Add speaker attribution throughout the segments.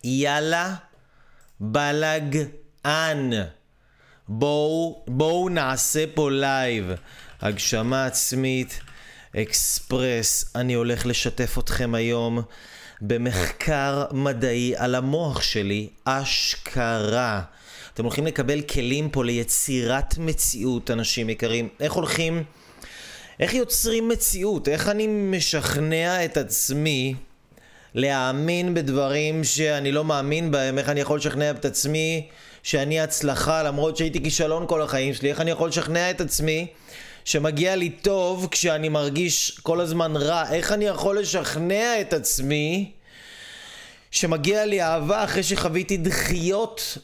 Speaker 1: יאללה, בלגן. בואו נעשה פה לייב. הגשמה עצמית, אקספרס. אני הולך לשתף אתכם היום במחקר מדעי על המוח שלי, אשכרה. אתם הולכים לקבל כלים פה ליצירת מציאות, אנשים יקרים. איך יוצרים מציאות? איך אני משכנע את עצמי להאמין בדברים שאני לא מאמין בהם? איך אני יכול לשכנע את עצמי שאני הצלחה למרות שהייתי כישלון כל החיים שלי? איך אני יכול לשכנע את עצמי שמגיע לי טוב כשאני מרגיש כל הזמן רע? איך אני יכול לשכנע את עצמי שמגיע לי אהבה אחרי שחוויתי דחיות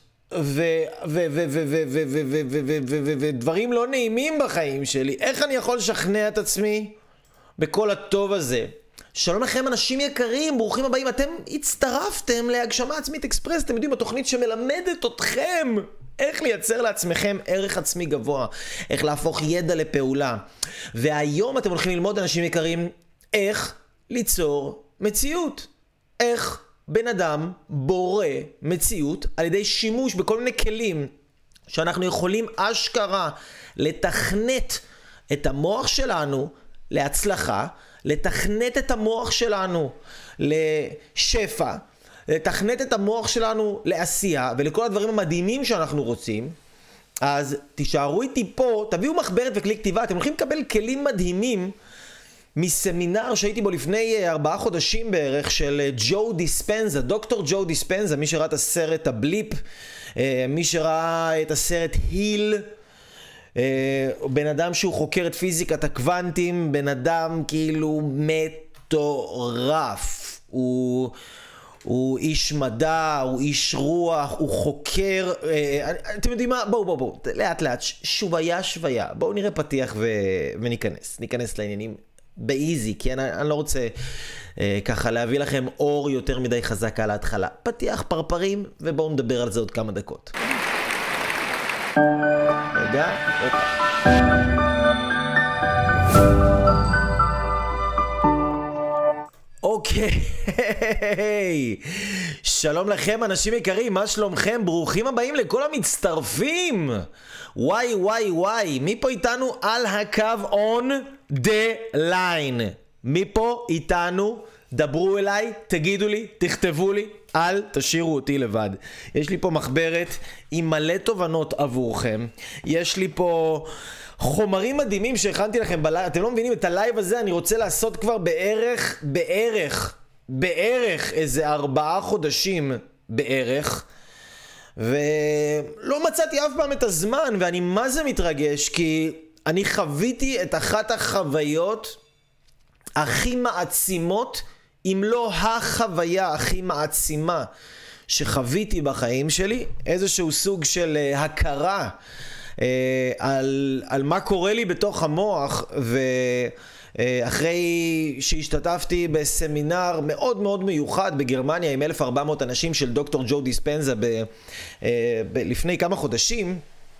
Speaker 1: ודברים לא נעימים בחיים שלי? איך אני יכול לשכנע את עצמי בכל הטוב הזה? שלום לכם אנשים יקרים, ברוכים הבאים. אתם הצטרפתם להגשמה עצמית אקספרס. אתם יודעים, התוכנית שמלמדת אתכם איך לייצר לעצמכם ערך עצמי גבוה, איך להפוך ידע לפעולה. והיום אתם הולכים ללמוד, אנשים יקרים, איך ליצור מציאות. איך בן אדם בורא מציאות על ידי שימוש בכל מיני כלים שאנחנו יכולים אשכרה לתכנת את המוח שלנו להצלחה, לתכנת את המוח שלנו לשפע, לתכנת את המוח שלנו לעשייה ולכל הדברים המדהימים שאנחנו רוצים. אז תישארו איתי פה, תביאו מחברת וכלי כתיבה. אתם הולכים לקבל כלים מדהימים מסמינר שהייתי בו לפני 4 חודשים בערך של ג'ו דיספנזה, דוקטור ג'ו דיספנזה. מי שראה את הסרט הבליפ, מי שראה את הסרט היל, בן אדם שהוא חוקר את פיזיקת הקוונטים, בן אדם כאילו מטורף. הוא איש מדע, הוא איש רוח, הוא חוקר. אתם יודעים מה? בואו, לאט לאט, שוויה. בואו נראה פתיח וניכנס לעניינים באיזי, כי אני לא רוצה ככה להביא לכם אור יותר מדי חזק על ההתחלה. פתיח, פרפרים, ובואו נדבר על זה עוד כמה דקות. רגע, אוקיי, שלום לכם אנשים יקרים, מה שלומכם? ברוכים הבאים לכל המצטרפים. וואי, מי פה איתנו על הקו on the line? מי פה איתנו? דברו אליי, תגידו לי, תכתבו לי, אל תשאירו אותי לבד. יש לי פה מחברת עם מלא תובנות עבורכם. יש לי פה חומרים מדהימים שהכנתי לכם בלייב. אתם לא מבינים, את הלייב הזה אני רוצה לעשות כבר בערך איזה 4 חודשים בערך, ולא מצאתי אף פעם את הזמן, ואני מה זה מתרגש, כי אני חוויתי את אחת החוויות הכי מעצימות, אם לא החוויה הכי מעצימה שחוויתי בחיים שלי. איזשהו סוג של הכרה על מה קורה לי בתוך המוח. ואחרי שהשתתפתי בסמינר מאוד מאוד מיוחד בגרמניה עם 1400 אנשים של דוקטור ג'ו דיספנזה לפני כמה חודשים,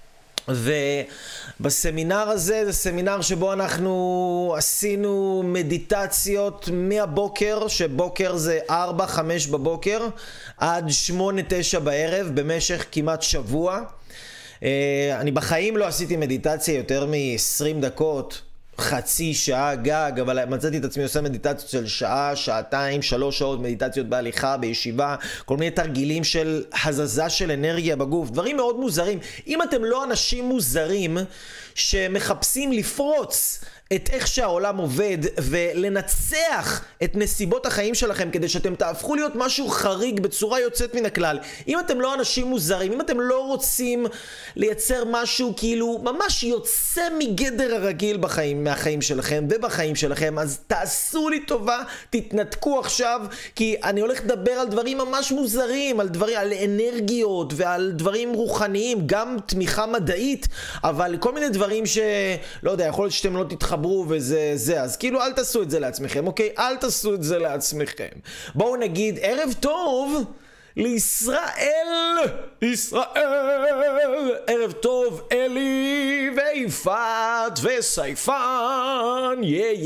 Speaker 1: ובסמינר הזה, זה סמינר שבו אנחנו עשינו מדיטציות מהבוקר, שבוקר זה 4-5 בבוקר עד 8-9 בערב במשך כמעט שבוע. אני בחיים לא עשיתי מדיטציה יותר מ-20 דקות, חצי שעה גג, אבל מצאתי את עצמי עושה מדיטציות של שעה, שעתיים, 3 שעות, מדיטציות בהליכה, בישיבה, כל מיני תרגילים של הזזה של אנרגיה בגוף, דברים מאוד מוזרים. אם אתם לא אנשים מוזרים שמחפשים לפרוץ את איך שהעולם עובד ולנצח את נסיבות החיים שלכם כדי שאתם תהפכו להיות משהו חריג בצורה יוצאת מן הכלל, אם אתם לא אנשים מוזרים, אם אתם לא רוצים לייצר משהו כאילו ממש יוצא מגדר הרגיל מהחיים שלכם ובחיים שלכם, אז תעשו לי טובה, תתנתקו עכשיו, כי אני הולך לדבר על דברים ממש מוזרים, על אנרגיות ועל דברים רוחניים, גם תמיכה מדעית, אבל כל מיני דברים שלא יודע, יכול להיות שאתם לא תתחברו וזה, אז כאילו אל תעשו את זה לעצמכם, אוקיי? אל תעשו את זה לעצמכם. בואו נגיד ערב טוב לישראל, ישראל. ערב טוב אלי ויפת וסייפן,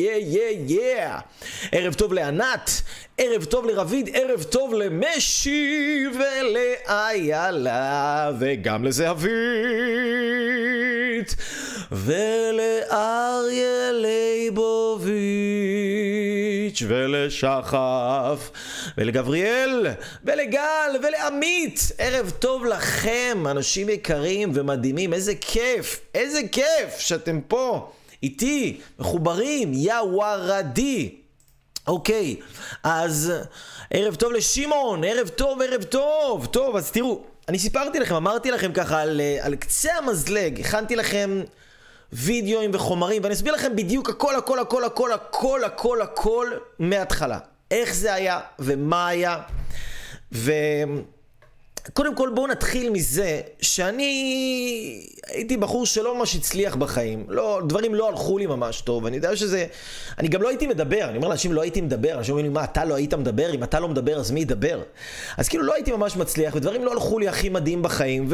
Speaker 1: ערב טוב לענת, ערב טוב לרביד, ערב טוב למשי ולאיילה וגם לזהבית ולאריה ליבוביץ' ולשחף ולגבריאל ולגל ולעמית. ערב טוב לכם אנשים יקרים ומדהימים, איזה כיף שאתם פה איתי מחוברים, יא וורדי. אוקיי, אז ערב טוב לשמעון, ערב טוב. טוב, אז תראו, אני סיפרתי לכם, אמרתי לכם ככה על קצה המזלג, הכנתי לכם וידאוים וחומרים, ואני אסביר לכם בדיוק הכל מההתחלה. איך זה היה ומה היה. קודם כל בואו נתחיל מזה שאני הייתי בחור שלא ממש הצליח בחיים, דברים לא הלכו לי ממש טוב, אני יודע שזה, אני גם לא הייתי מדבר, אני אומר לאנשים לא הייתי מדבר, אנשים אומרים לי מה אתה לא היית מדבר, אם אתה לא מדבר אז מי ידבר? אז כאילו לא הייתי ממש מצליח ודברים לא הלכו לי הכי מדהים בחיים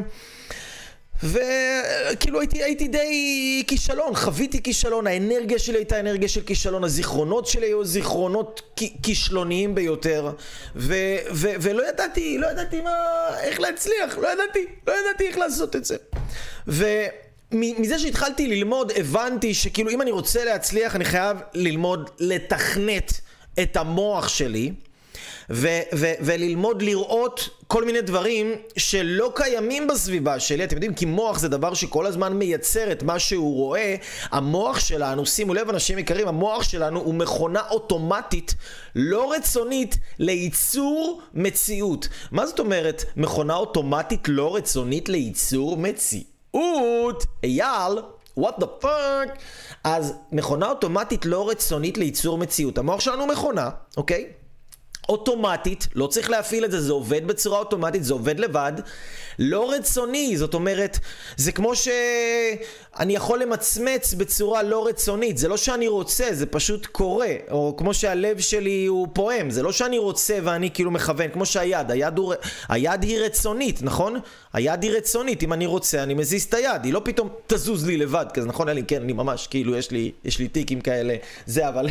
Speaker 1: וכאילו הייתי די כישלון, חוויתי כישלון, האנרגיה שלי הייתה אנרגיה של כישלון, הזיכרונות שלי היו זיכרונות כישלוניים ביותר ולא ידעתי איך להצליח, לא ידעתי איך לעשות את זה. ומזה שהתחלתי ללמוד הבנתי שכאילו אם אני רוצה להצליח אני חייב ללמוד לתכנת את המוח שלי וללמוד לראות כל מיני דברים שלא קיימים בסביבה שלי. אתם יודעים, כי מוח זה דבר שכל הזמן מייצר את מה שהוא רואה. המוח שלנו, שימו לב אנשים יקרים, המוח שלנו הוא מכונה אוטומטית לא רצונית לייצור מציאות. מה זאת אומרת מכונה אוטומטית לא רצונית לייצור מציאות? אייל, what the fuck? אז מכונה אוטומטית לא רצונית לייצור מציאות. המוח שלנו מכונה, אוקיי? אוטומטית, לא צריך להפעיל את זה, זה עובד בצורה אוטומטית, זה עובד לבד, לא רצוני, זאת אומרת, זה כמו שאני יכול למצמץ בצורה לא רצונית, זה לא שאני רוצה, זה פשוט קורה, או כמו שהלב שלי הוא פועם, זה לא שאני רוצה ואני כאילו מכוון, כמו שהיד, היד היא רצונית, נכון? היד היא רצונית, אם אני רוצה, אני מזיז את היד, היא לא פתאום תזוז לי לבד, כזה, נכון? כן, אני ממש, כאילו, יש לי טיקים כאלה, זה, אבל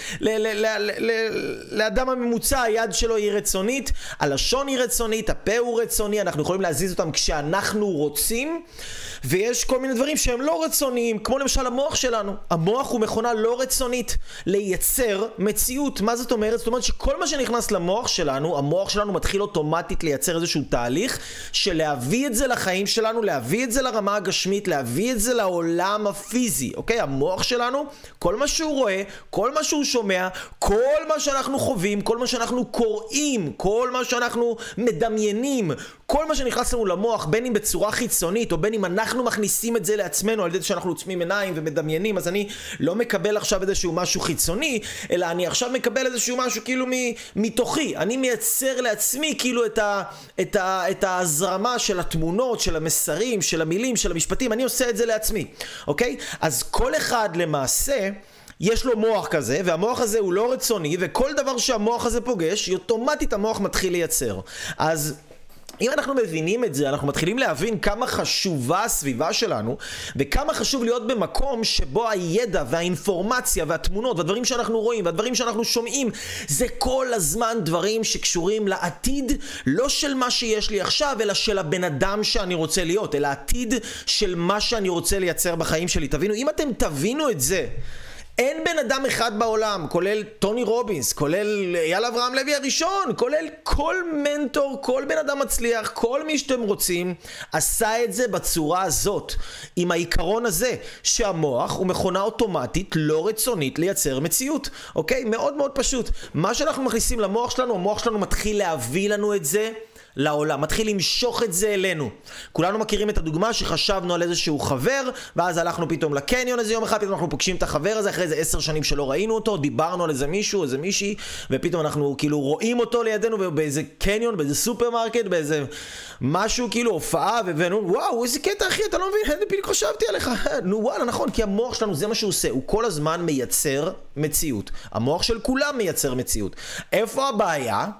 Speaker 1: לאדם הממוצע, היד שלו היא רצונית, הלשון היא רצונית, הפה הוא רצוני, אנחנו יכולים להזיז אותם כשאנחנו רוצים, ויש כל מיני דברים שהם לא רצוניים, כמו למשל המוח שלנו. המוח הוא מכונה לא רצונית לייצר מציאות. מה זאת אומרת? זאת אומרת שכל מה שנכנס למוח שלנו, המוח שלנו מתחיל אוטומטית לייצר איזשהו תהליך של להביא את זה לחיים שלנו, להביא את זה לרמה הגשמית, להביא את זה לעולם הפיזי. אוקיי? המוח שלנו, כל מה שהוא רואה, כל מה שהוא שומע, כל מה שאנחנו חווים, כל מה שאנחנו קוראים, כל מה שאנחנו מדמיינים, כל מה שנכנס לנו למוח, בין אם בצורה חיצונית או בין אם אנחנו מכניסים את זה לעצמנו על ידי שאנחנו עוצמים עיניים ומדמיינים, אז אני לא מקבל עכשיו איזשהו משהו חיצוני, אלא אני עכשיו מקבל איזשהו משהו כאילו מתוכי. אני מייצר לעצמי כאילו את ההזרמה של התמונות, של המסרים, של המילים, של המשפטים, אני עושה את זה לעצמי, אוקיי? אז כל אחד למעשה יש לו מוח כזה, והמוח הזה הוא לא רצוני, וכל דבר שהמוח הזה פוגש, אוטומטית המוח מתחיל לייצר. אז אם אנחנו מבינים את זה, אנחנו מתחילים להבין כמה חשובה הסביבה שלנו, וכמה חשוב להיות במקום שבו הידע והאינפורמציה והתמונות והדברים שאנחנו רואים והדברים שאנחנו שומעים, זה כל הזמן דברים שקשורים לעתיד, לא של מה שיש לי עכשיו, אלא של הבן אדם שאני רוצה להיות, אלא העתיד של מה שאני רוצה לייצר בחיים שלי. תבינו, אם אתם תבינו את זה, אין בן אדם אחד בעולם, כולל טוני רובינס, כולל אייל אברהם לוי הראשון, כולל כל מנטור, כל בן אדם מצליח, כל מי שאתם רוצים, עשה את זה בצורה הזאת, עם העיקרון הזה, שהמוח הוא מכונה אוטומטית לא רצונית לייצר מציאות, אוקיי? מאוד מאוד פשוט. מה שאנחנו מכניסים למוח שלנו, המוח שלנו מתחיל להביא לנו את זה לעולם, מתחיל למשוך את זה אלינו. כולנו מכירים את הדוגמה שחשבנו על איזשהו חבר, ואז הלכנו פתאום לקניון איזה יום אחד, פתאום אנחנו פוגשים את החבר הזה, אחרי איזה 10 שנים שלא ראינו אותו, דיברנו על איזה מישהו, איזה מישהי, ופתאום אנחנו כאילו רואים אותו לידינו באיזה קניון, באיזה סופרמרקט, באיזה משהו כאילו הופעה, וואו, איזה קטע אחי, אתה לא מבין, בדיוק חשבתי עליך. נו וואלה, נכון, כי המוח שלנו זה מה שהוא עושה, הוא כל הזמן מייצר מציאות. המוח של כולם מייצר מציאות. איפה הבעיה?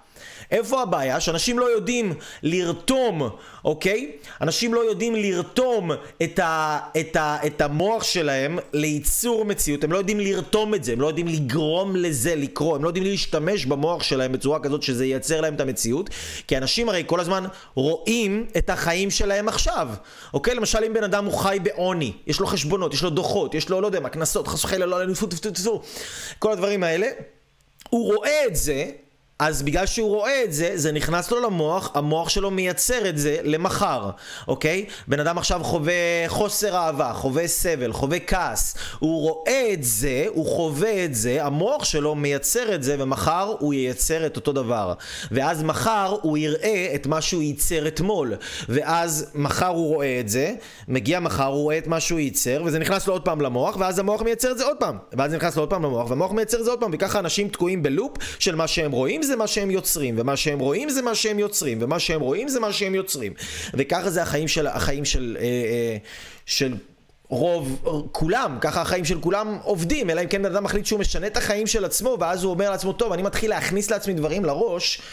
Speaker 1: איפה הבעיה? שאנשים לא יודעים לרתום, אוקיי? אנשים לא יודעים לרתום את המוח שלהם לייצור מציאות. הם לא יודעים לרתום את זה, הם לא יודעים לגרום לזה לקרוא, הם לא יודעים להשתמש במוח שלהם בצורה כזאת שזה ייצר להם את המציאות, כי אנשים הרי כל הזמן רואים את החיים שלהם עכשיו, אוקיי? למשל אם בן אדם הוא חי בעוני, יש לו חשבונות, יש לו דוחות, יש לו, לא יודע מה, כנסות, חס וחלילה, לא עלינו, כל הדברים האלה, הוא רואה את זה, אז בגלל שהוא רואה את זה, זה נכנס לו למוח, המוח שלו מייצר את זה למחר, אוקיי? בן אדם עכשיו חווה חוסר אהבה, חווה סבל, חווה כעס, הוא רואה את זה, הוא חווה את זה, המוח שלו מייצר את זה, ומחר הוא ייצר את אותו דבר. ואז מחר הוא יראה את מה שהוא ייצר אתמול, ואז מחר הוא רואה את זה, מגיע מחר הוא רואה את מה שהוא ייצר, וזה נכנס לו עוד פעם למוח, ואז המוח מייצר את זה עוד פעם, ואז זה נכנס לו עוד פעם למוח, והמוח מייצר את זה עוד פעם, וככה אנשים תקועים בלופ של מה שהם רואים זה מה שהם יוצרים, ומה שהם רואים זה מה שהם יוצרים, ומה שהם רואים זה מה שהם יוצרים. וככה זה החיים של רוב כולם, ככה החיים של כולם עובדים, אלא אם כן בן אדם מחליט שהוא משנה את החיים של עצמו, ואז הוא אומר לעצמו, טוב, אני מתחיל להכניס לעצמי דברים לראש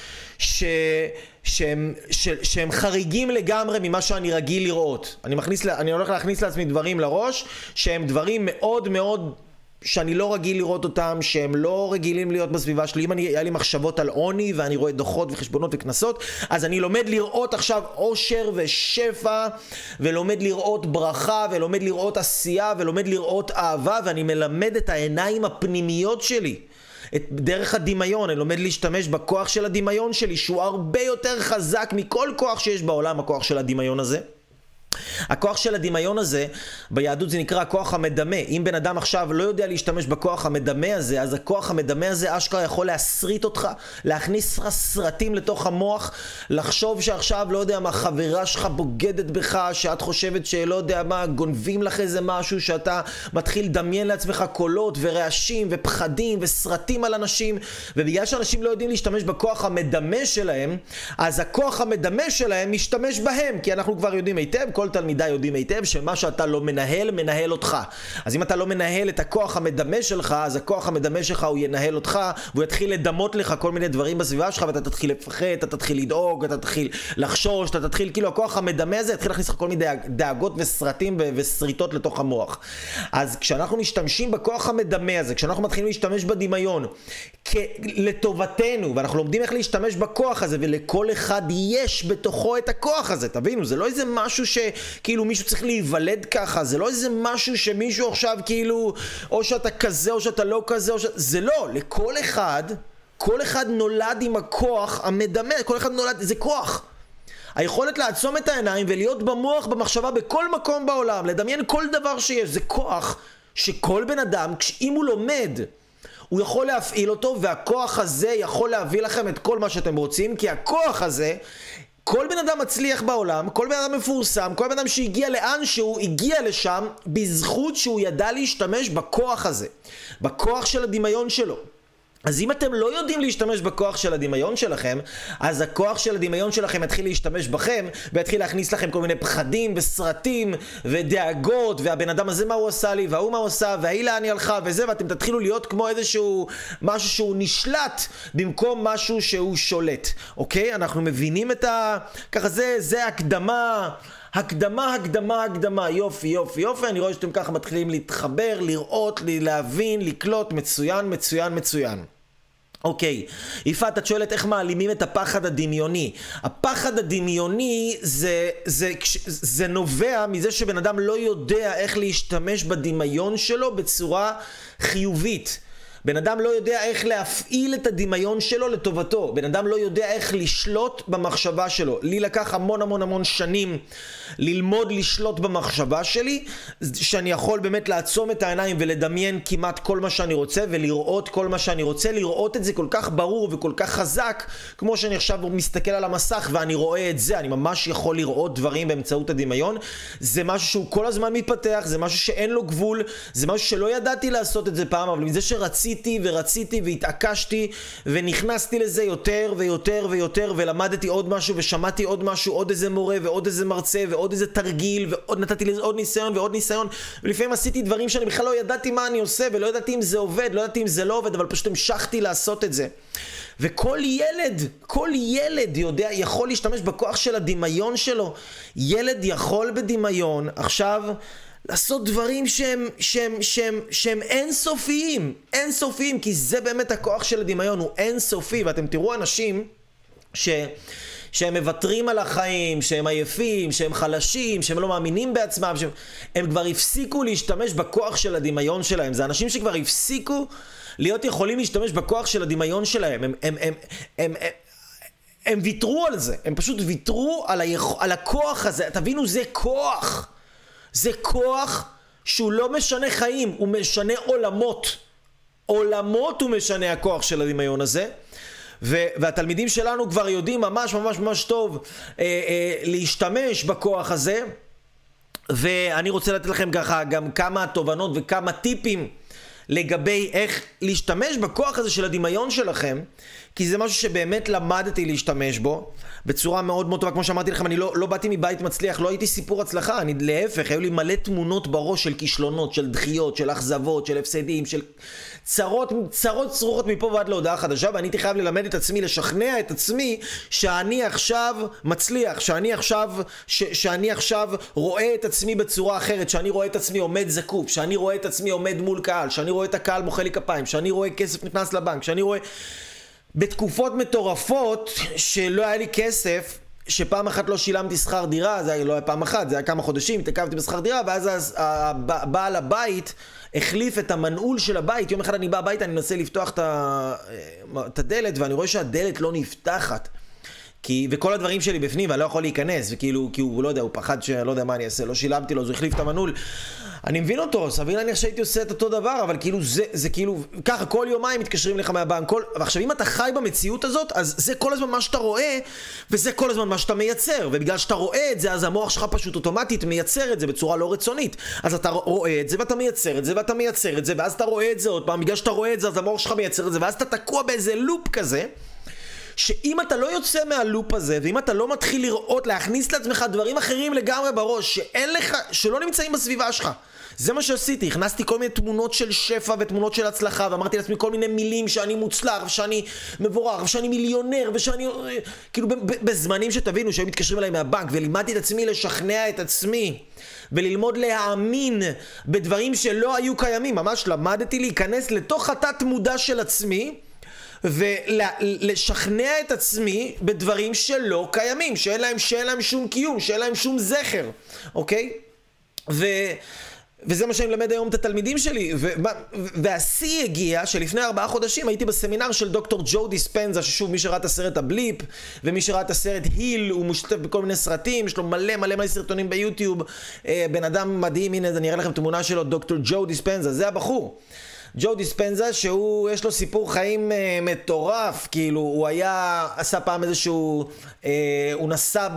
Speaker 1: שהם חריגים לגמרי ממה שאני רגיל לראות. אני הולך להכניס לעצמי דברים לראש שהם דברים מאוד מאוד שאני לא רגיל לראות אותם, שהם לא רגילים להיות בסביבה שלי. אם היה לי מחשבות על עוני ואני רואה דוחות וחשבונות וכנסות, אז אני לומד לראות עכשיו עושר ושפע, ולומד לראות ברכה, ולומד לראות עשייה, ולומד לראות אהבה, ואני מלמד את העיניים הפנימיות שלי דרך הדמיון. אני לומד להשתמש בכוח של הדמיון שלי, שהוא הרבה יותר חזק מכל כוח שיש בעולם, הכוח של הדמיון הזה. הכוח של הדמיון הזה, ביהדות זה נקרא הכוח המדמה. אם בן אדם עכשיו לא יודע להשתמש בכוח המדמה הזה, אז הכוח המדמה הזה אשכרה יכול להסריט אותך, להכניס סרטים לתוך המוח, לחשוב שעכשיו לא יודע מה, חברה שלך בוגדת בך, שאת חושבת שלא יודע מה, גונבים לך איזה משהו, שאתה מתחיל לדמיין לעצמך קולות ורעשים ופחדים וסרטים על אנשים, ובגלל שאנשים לא יודעים להשתמש בכוח המדמה שלהם, אז הכוח המדמה שלהם משתמש בהם, כי אנחנו כבר יודעים היטב, כל תלמידה יודעים היטב שמה שאתה לא מנהל, מנהל אותך. אז אם אתה לא מנהל את הכוח המדמה שלך, אז הכוח המדמה שלך הוא ינהל אותך, והוא יתחיל לדמות לך כל מיני דברים בסביבה שלך, ואתה תתחיל לפחד, אתה תתחיל לדאוג, אתה תתחיל לחשוש, אתה תתחיל, כאילו הכוח המדמה הזה יתחיל להכניס לך כל מיני דאגות וסרטים וסריטות לתוך המוח. אז כשאנחנו משתמשים בכוח המדמה הזה, כשאנחנו מתחילים להשתמש בדמיון לטובתנו, ואנחנו לומדים איך להשתמש בכוח הזה, ולכל אחד יש בתוכו את הכוח הזה, תבינו, זה לא איזה משהו שכאילו מישהו צריך להיוולד ככה, זה לא איזה משהו שמישהו עכשיו כאילו, או שאתה כזה או שאתה לא כזה, זה לא, לכל אחד, כל אחד נולד עם הכוח המדמה, כל אחד נולד, זה כוח. היכולת לעצום את העיניים ולהיות במוח, במחשבה, בכל מקום בעולם, לדמיין כל דבר שיש, זה כוח שכל בן אדם, אם הוא לומד, הוא יכול להפעיל אותו, והכוח הזה יכול להביא לכם את כל מה שאתם רוצים, כי הכוח הזה, כל בן אדם מצליח בעולם, כל בן אדם מפורסם, כל בן אדם שהגיע לאן שהוא הגיע לשם, בזכות שהוא ידע להשתמש בכוח הזה, בכוח של הדמיון שלו. אז אם אתם לא יודעים להשתמש בכוח של הדמיון שלכם, אז הכוח של הדמיון שלכם יתחיל להשתמש בכם, ויתחיל להכניס לכם כל מיני פחדים וסרטים ודאגות, והבן אדם הזה מה הוא עשה לי, והוא מה הוא עשה, והיא לאן היא הלכה וזה, ואתם תתחילו להיות כמו איזשהו משהו שהוא נשלט במקום משהו שהוא שולט. אוקיי? אנחנו מבינים את ככה זה הקדמה, יופי, אני רואה שאתם ככה מתחילים להתחבר, לראות, להבין, לקלוט, מצוין. אוקיי, יפעת, את שואלת איך מעלימים את הפחד הדמיוני. הפחד הדמיוני זה נובע מזה שבן אדם לא יודע איך להשתמש בדמיון שלו בצורה חיובית. בן אדם לא יודע איך להפעיל את הדמיון שלו לטובתו. בן אדם לא יודע איך לשלוט במחשבה שלו. לי לקח המון שנים ללמוד לשלוט במחשבה שלי, שאני יכול באמת לעצום את העיניים ולדמיין כמעט כל מה שאני רוצה, ולראות כל מה שאני רוצה, לראות את זה כל כך ברור וכל כך חזק, כמו שאני עכשיו מסתכל על המסך ואני רואה את זה, אני ממש יכול לראות דברים באמצעות הדמיון. זה משהו שהוא כל הזמן מתפתח, זה משהו שאין לו גבול, זה משהו שלא ידעתי לעשות את זה פעם, אבל מזה שרציתי ורציתי ורציתי והתעקשתי ונכנסתי לזה יותר ויותר ויותר, ולמדתי עוד משהו ושמעתי עוד משהו, עוד איזה מורה ועוד איזה מרצה ועוד איזה תרגיל, ועוד נתתי לזה עוד ניסיון ועוד ניסיון, ולפעמים עשיתי דברים שאני בכלל לא ידעתי מה אני עושה, ולא ידעתי אם זה עובד, לא ידעתי אם זה לא עובד, אבל פשוט המשכתי לעשות את זה. וכל ילד יודע, יכול להשתמש בכוח של הדמיון שלו. ילד יכול בדמיון עכשיו לעשות דברים שהם אינסופיים, כי זה באמת הכוח של הדמיון, הוא אינסופי. ואתם תראו אנשים שהם מוותרים על החיים, שהם עייפים, שהם חלשים, שהם לא מאמינים בעצמם, הם כבר הפסיקו להשתמש בכוח של הדמיון שלהם. זה אנשים שכבר הפסיקו להיות יכולים להשתמש בכוח של הדמיון שלהם. הם ויתרו על זה, הם פשוט ויתרו על הכוח הזה. תבינו, זה כוח. זה כוח שהוא לא משנה חיים, הוא משנה עולמות הוא משנה, הכוח של הדמיון הזה. והתלמידים שלנו כבר יודעים ממש טוב להשתמש בכוח הזה. ואני רוצה לתת לכם ככה גם כמה תובנות וכמה טיפים לגבי איך להשתמש בכוח הזה של הדמיון שלכם, כי זה משהו שבאמת למדתי להשתמש בו בצורה מאוד מאוד טובה. כמו שאמרתי לכם, אני לא באתי מבית מצליח, לא הייתי סיפור הצלחה, אני להפך, היו לי מלא תמונות בראש של כישלונות, של דחיות, של אכזבות, של הפסדים, של צרות צרורות מפה ועד להודעה חדשה, ואני הייתי חייב ללמד את עצמי, לשכנע את עצמי שאני עכשיו מצליח, שאני עכשיו רואה את עצמי בצורה אחרת, שאני רואה את עצמי עומד זקוף, שאני רואה את עצמי עומד מול קהל, שאני רואה את הקהל מוחא לי כפיים, שאני רואה כסף נכנס לבנק, שאני רואה בתקופות מטורפות שלא היה לי כסף, שפעם אחת לא שילמתי שכר דירה, זה לא היה פעם אחת, זה היה כמה חודשים, התעכבתי בשכר דירה, ואז בעל הבית החליף את המנעול של הבית. יום אחד אני בא הביתה, אני מנסה לפתוח את הדלת, ואני רואה שהדלת לא נפתחת. וכל הדברים שלי בפנים, ואני לא יכול להיכנס, וכאילו, כי הוא לא יודע, הוא פחד שלא יודע מה אני אעשה, לא שילמתי לו, אז הוא החליף את המנעול. אני מבין אותו, סביר להניח שהייתי עושה את אותו דבר, אבל כאילו זה כאילו, ככה כל יומיים מתקשרים לך מהבנק, ועכשיו אם אתה חי במציאות הזאת, אז זה כל הזמן מה שאתה רואה, וזה כל הזמן מה שאתה מייצר, ובגלל שאתה רואה את זה, אז המוח שלך פשוט אוטומטית מייצר את זה בצורה לא רצונית. אז אתה רואה את זה, ואתה מייצר את זה, ואתה מייצר את זה, ואז אתה רואה את זה עוד פעם, בגלל שאתה רואה את זה, אז המוח שלך מייצר את זה, ואז אתה תקוע באיזה לופ כזה, שאם אתה לא יוצא מהלופ הזה, ואם אתה לא מתחיל לראות, להכניס לעצמך דברים אחרים לגמרי בראש, שאין לך, שלא נמצאים בסביבה שלך. זה מה שעשיתי, הכנסתי כל מיני תמונות של שפע ותמונות של הצלחה, ואמרתי לעצמי כל מיני מילים שאני מוצלח, ושאני מבורך, ושאני מיליונר, ושאני, כאילו בזמנים שתבינו, שהיו מתקשרים אליי מהבנק, ולימדתי את עצמי לשכנע את עצמי, וללמוד להאמין בדברים שלא היו קיימים. ממש למדתי להיכנס לתוך התת מודע של עצמי, ולשכנע את עצמי בדברים שלא קיימים, שאין להם שום קיום, שאין להם שום זכר, אוקיי? וזה מה שאני מלמד היום את התלמידים שלי. והשיא הגיע שלפני 4 חודשים הייתי בסמינר של דוקטור ג'ו דיספנזה, ששוב, מי שראה את הסרט הבליפ ומי שראה את הסרט היל, הוא משתתף בכל מיני סרטים, יש לו מלא סרטונים ביוטיוב, בן אדם מדהים. הנה אני אראה לכם תמונה שלו, דוקטור ג'ו דיספנזה, זה הבחור ג'ו דיספנזה, שהוא יש לו סיפור חיים מטורף. כאילו הוא עשה פעם איזשהו, הוא נסע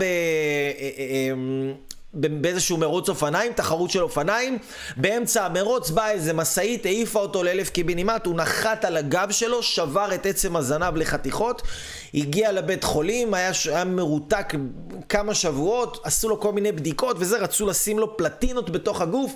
Speaker 1: באיזשהו מרוץ אופניים, תחרות של אופניים, באמצע המרוץ באה איזה מסעית, העיפה אותו ל1000 קיבינימט, הוא נחת על הגב שלו, שבר את עצם הזנב לחתיכות, הגיע לבית חולים, היה מרותק כמה שבועות, עשו לו כל מיני בדיקות וזה, רצו לשים לו פלטינות בתוך הגוף,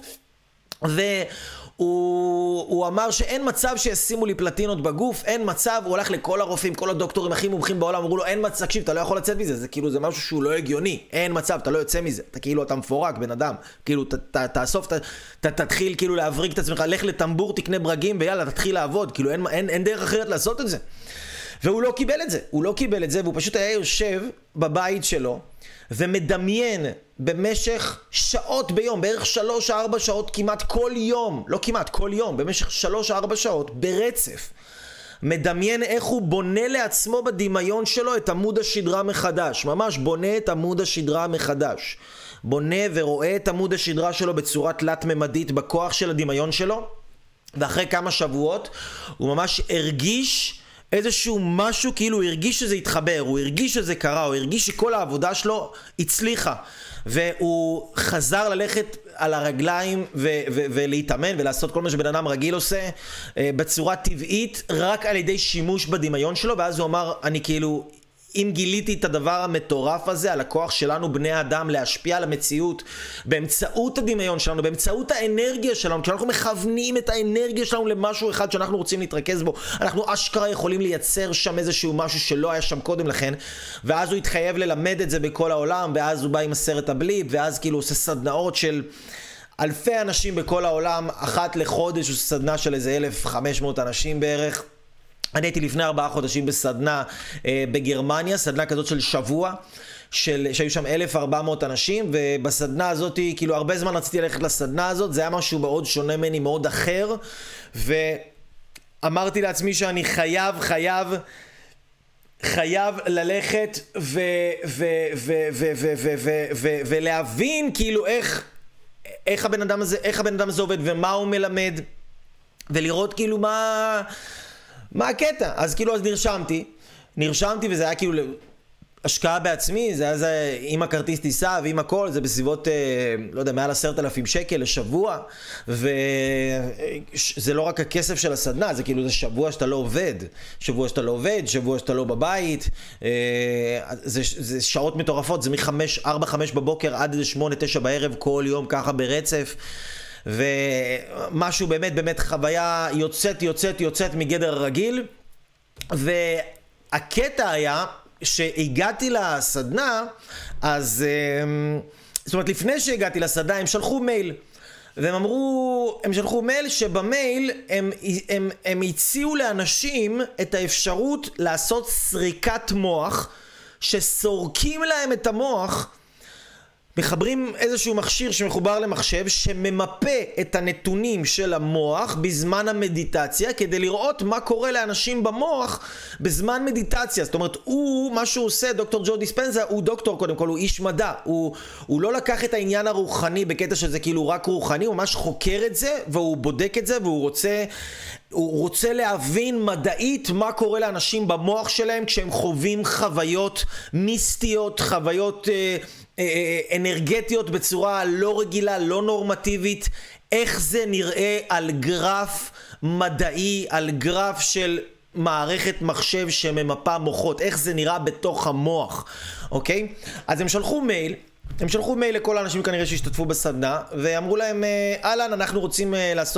Speaker 1: הוא אמר שאין מצב שישימו לי פלטינות בגוף, אין מצב. הוא הלך לכל הרופאים, כל הדוקטורים הכי מומחים בעולם, אמרו לו אין מצב, תקשיב, אתה לא יכול לצאת מזה, זה כאילו זה משהו שהוא לא הגיוני, אין מצב, אתה לא יוצא מזה, אתה כאילו אתה מפורק בן אדם, כאילו תאסוף, תתחיל כאילו להבריק את עצמך, לך לטמבור, תקנה ברגים ויאללה תתחיל לעבוד, כאילו אין דרך אחרת לעשות את זה. והוא לא קיבל את זה, והוא פשוט היה יושב בבית שלו ומדמיין במשך שעות ביום, בערך 3-4 שעות כמעט כל יום, לא כמעט, כל יום, במשך 3-4 שעות ברצף, מדמיין איך הוא בונה לעצמו בדמיון שלו את עמוד השדרה מחדש, ממש בונה את עמוד השדרה מחדש, בונה ורואה את עמוד השדרה שלו בצורה תלת-ממדית בכוח של הדמיון שלו, ואחרי כמה שבועות הוא ממש הרגיש איזשהו משהו, כאילו הוא הרגיש שזה התחבר, הוא הרגיש שזה קרה, הוא הרגיש שכל העבודה שלו הצליחה, והוא חזר ללכת על הרגליים ולהתאמן ולעשות כל מה שבן אדם רגיל עושה בצורה טבעית, רק על ידי שימוש בדמיון שלו. ואז הוא אמר, אני כאילו, אם גיליתי את הדבר המטורף הזה, על הכוח שלנו בני האדם להשפיע על המציאות באמצעות הדמיון שלנו, באמצעות האנרגיה שלנו, כשאנחנו מכוונים את האנרגיה שלנו למשהו אחד שאנחנו רוצים להתרכז בו, אנחנו אשכרה יכולים לייצר שם איזשהו משהו שלא היה שם קודם לכן. ואז הוא התחייב ללמד את זה בכל העולם, ואז הוא בא עם הסרט הבליפ, ואז כאילו עושה סדנאות של אלפי אנשים בכל העולם, אחת לחודש, הוא סדנה של איזה 1,500 אנשים בערך. אני הייתי לפני 4 חודשים בסדנה בגרמניה, סדנה כזאת של שבוע, שהיו שם 1,400 אנשים, ובסדנה הזאת, כאילו הרבה זמן רציתי ללכת לסדנה הזאת, זה היה משהו מאוד שונה ממני, מאוד אחר, ואמרתי לעצמי שאני חייב ללכת ולהבין כאילו איך הבן אדם הזה עובד, ומה הוא מלמד, ולראות כאילו מה הקטע. אז כאילו, אז נרשמתי, וזה היה כאילו השקעה בעצמי, זה היה עם הכרטיס טיסה ועם הכל, זה בסביבות, לא יודע, מעל 10,000 שקל לשבוע, וזה לא רק הכסף של הסדנה, זה כאילו, זה שבוע שאתה לא עובד, שבוע שאתה לא בבית, זה שעות מטורפות, זה מ-4-5 בבוקר עד 8-9 בערב, כל יום ככה ברצף, ומשהו באמת חוויה יוצאת מגדר הרגיל. והקטע היה שהגעתי לסדנה, אז זאת אומרת לפני שהגעתי לסדנה הם שלחו מייל, והם אמרו, הם שלחו מייל שבמייל הם הציעו לאנשים את האפשרות לעשות סריקת מוח, שסורקים להם את המוח, מחברים איזשהו מכשיר שמחובר למחשב שממפה את הנתונים של המוח בזמן המדיטציה, כדי לראות מה קורה לאנשים במוח בזמן מדיטציה. זאת אומרת, מה שהוא עושה, דוקטור ג'ו דיספנזה, הוא דוקטור קודם כל, הוא איש מדע, הוא לא לקח את העניין הרוחני בקטע שזה כאילו רק רוחני, הוא ממש חוקר את זה והוא בודק את זה, והוא רוצה להבין מדעית מה קורה לאנשים במוח שלהם כשהם חווים חוויות מיסטיות, חוויות אנרגטיות בצורה לא רגילה, לא נורמטיבית, איך זה נראה על גרף מדעי, על גרף של מערכת מחשב שממפה מוחות, איך זה נראה בתוך המוח, אוקיי? אז הם שלחו מייל לכל האנשים כנראה שהשתתפו בסדנה, ואמרו להם, אהלן, אנחנו רוצים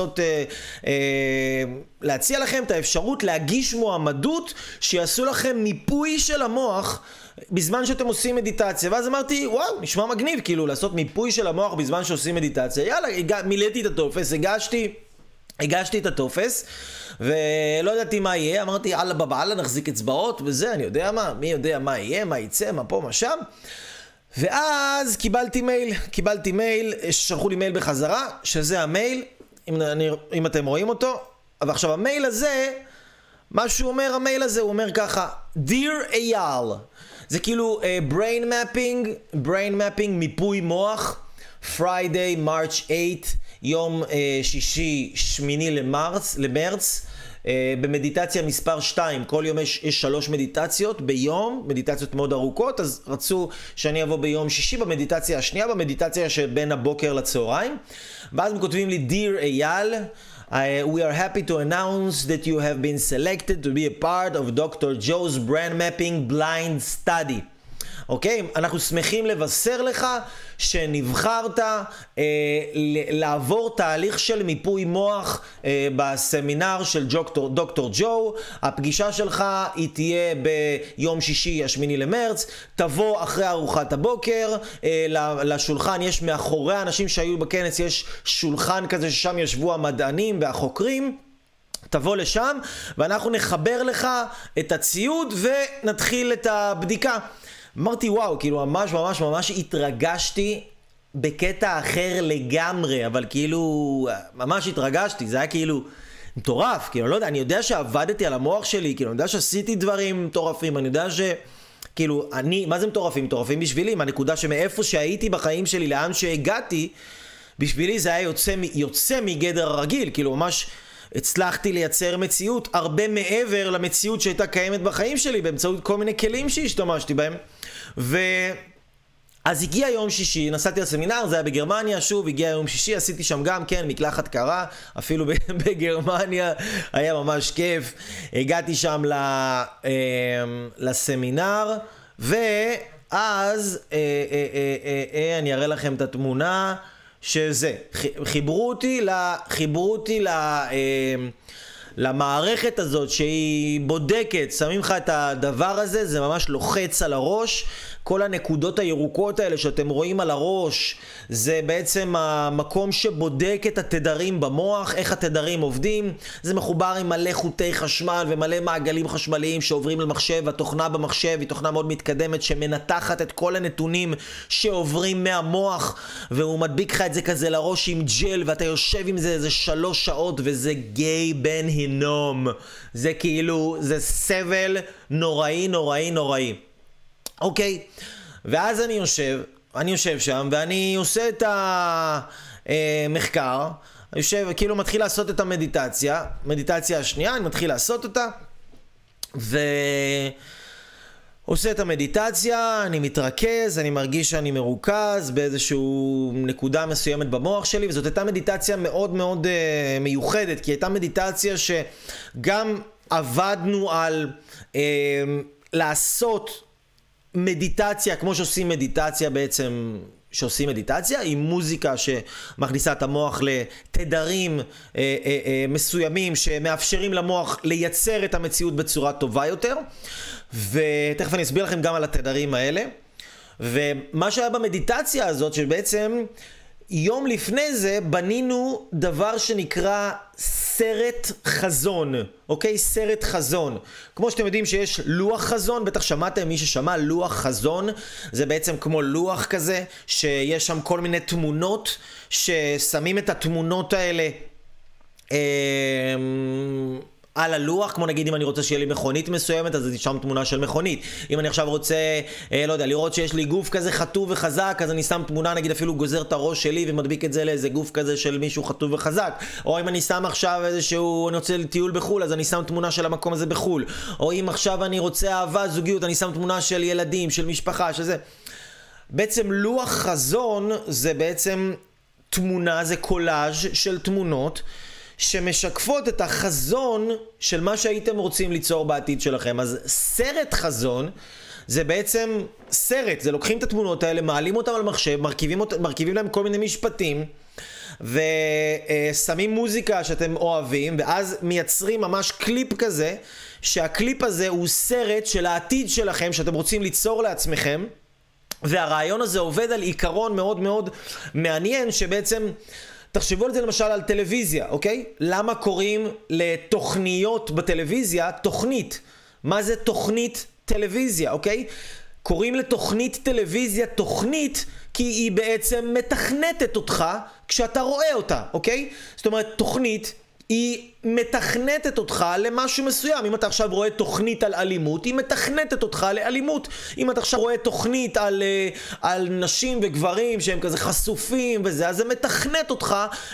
Speaker 1: להציע לכם את האפשרות להגיש מועמדות שיעשו לכם מיפוי של המוח בזמן שאתם עושים מדיטציה. ואז אמרתי, וואו, נשמע מגניב, כאילו לעשות מיפוי של המוח בזמן שעושים מדיטציה. יאללה, מילאתי את הטופס, הגשתי את הטופס, ולא ידעתי מה יהיה. אמרתי, אללה בבעלה, נחזיק אצבעות וזה, אני יודע מה, מי יודע מה יהיה, מה יצא, מה פה, מה שם. ואז קיבלתי מייל, שלחו לי מייל בחזרה, שזה המייל, אם אתם רואים אותו. ועכשיו המייל הזה, מה שהוא אומר, המייל הזה, הוא אומר ככה, Dear אייל, זה כאילו brain mapping, מיפוי מוח, Friday, March 8, יום שישי, 8 למרץ, במדיטציה מספר 2, כל יום יש 3 מדיטציות ביום, מדיטציות מאוד ארוכות, אז רצו שאני אבוא ביום שישי במדיטציה השנייה, במדיטציה שבין הבוקר לצהריים, ואז הם כותבים לי, Dear אייל, we are happy to announce that you have been selected to be a part of Dr. Joe's Brain Mapping Blind Study. אוקיי? אנחנו שמחים לבשר לך שנבחרת לעבור תהליך של מיפוי מוח בסמינר של דוקטור ג'ו. הפגישה שלך היא תהיה ביום שישי, 8 למרץ. תבוא אחרי ארוחת הבוקר לשולחן, יש מאחורי האנשים שהיו בכנס, יש שולחן כזה ששם ישבו המדענים והחוקרים. תבוא לשם ואנחנו נחבר לך את הציוד ונתחיל את הבדיקה. אמרתי וואו, כאילו ממש התרגשתי בקטע אחר לגמרי, אבל כאילו ממש התרגשתי, זה היה כאילו מטורף, כאילו לא יודע, אני יודע שעבדתי על המוח שלי, כאילו אני יודע שעשיתי דברים מטורפים, אני יודע כאילו מה זה מטורפים? מטורפים בשבילי, מהנקודה שמאיפה שהייתי בחיים שלי לאן שהגעתי, בשבילי זה היה יוצא מגדר הרגיל, כאילו ממש הצלחתי לייצר מציאות הרבה מעבר למציאות שהייתה קיימת בחיים שלי, באמצעות כל מיני כלים שהשתמשתי בהם. אז הגיע יום שישי, נסעתי לסמינר, זה היה בגרמניה, שוב, הגיע יום שישי, עשיתי שם גם, כן, מקלחת קרה, אפילו בגרמניה, היה ממש כיף. הגעתי שם לסמינר, ואז אני אראה לכם את התמונה, שזה, חיברו אותי למערכת הזאת שהיא בודקת, שמים לך את הדבר הזה, זה ממש לוחץ על הראש, כל הנקודות הירוקות האלה שאתם רואים על הראש, זה בעצם המקום שבודק את התדרים במוח, איך התדרים עובדים, זה מחובר עם מלא חוטי חשמל ומלא מעגלים חשמליים שעוברים למחשב, התוכנה במחשב היא תוכנה מאוד מתקדמת שמנתחת את כל הנתונים שעוברים מהמוח, והוא מדביק לך את זה כזה לראש עם ג'ל, ואתה יושב עם זה איזה 3 שעות, וזה גיי בן הינום, זה כאילו, זה סבל נוראי נוראי נוראי. אוקיי, ואז אני יושב שם ואני עושה את המחקר, אני יושב, כאילו מתחיל לעשות את המדיטציה השנייה, אני מתחיל לעשות אותה, ועושה את המדיטציה, אני מתרכז, אני מרגיש שאני מרוכז באיזשהו נקודה מסוימת במוח שלי, וזאת הייתה מדיטציה מאוד מאוד מיוחדת, כי הייתה מדיטציה שגם עבדנו על לעשות מדיטציה, כמו שעושים מדיטציה בעצם, שעושים מדיטציה, עם מוזיקה שמכניסה את המוח לתדרים מסוימים שמאפשרים למוח לייצר את המציאות בצורה טובה יותר, ותכף אני אסביר לכם גם על התדרים האלה. ומה שהיה במדיטציה הזאת, שבעצם יום לפני זה בנינו דבר שנקרא סרט חזון, אוקיי? סרט חזון. כמו שאתם יודעים שיש לוח חזון, בטח שמעתם, מי ששמע לוח חזון, זה בעצם כמו לוח כזה, שיש שם כל מיני תמונות, ששמים את התמונות האלה על הלוח, כמו נגיד אם אני רוצה שיהיה לי מכונית מסוימת, אז יש שם תמונה של מכונית. אם אני עכשיו רוצה, לא יודע, לראות שיש לי גוף כזה חטוב וחזק, אז אני שם תמונה, נגיד אפילו גוזר את הראש שלי ומדביק את זה לאיזה גוף כזה של מישהו חטוב וחזק. או אם אני שם עכשיו איזשהו, אני רוצה לטיול בחול, אז אני שם תמונה של המקום הזה בחול. או אם עכשיו אני רוצה אהבה, זוגיות, אני שם תמונה של ילדים, של משפחה, שזה. בעצם לוח חזון זה בעצם תמונה, זה קולאז' של תמונות, שמשקפות את החזון של מה שהייתם רוצים ליצור בעתיד שלכם. אז סרט חזון זה בעצם סרט, זה לוקחים את התמונות האלה, מעלים אותם על מחשב, מרכיבים להם כל מיני משפטים, ושמים מוזיקה שאתם אוהבים, ואז מייצרים ממש קליפ כזה, שהקליפ הזה הוא סרט של העתיד שלכם שאתם רוצים ליצור לעצמכם. והרעיון הזה עובד על עיקרון מאוד מאוד מעניין, שבעצם תחשבו על זה למשל על טלוויזיה, אוקיי? למה קוראים לתוכניות בטלוויזיה תוכנית? מה זה תוכנית טלוויזיה, אוקיי? קוראים לתוכנית טלוויזיה תוכנית כי היא בעצם מתכנתת אותך כשאתה רואה אותה, אוקיי? זאת אומרת, תוכנית היא מתכנתת אותך למשהו מסוים. אם אתה עכשיו רואה תוכנית על אלימות, היא מתכנתת אותך לאלימות. אם אתה עכשיו רואה תוכנית על נשים וגברים שהם כזה חשופים וזה, אז זה מתכנת אותך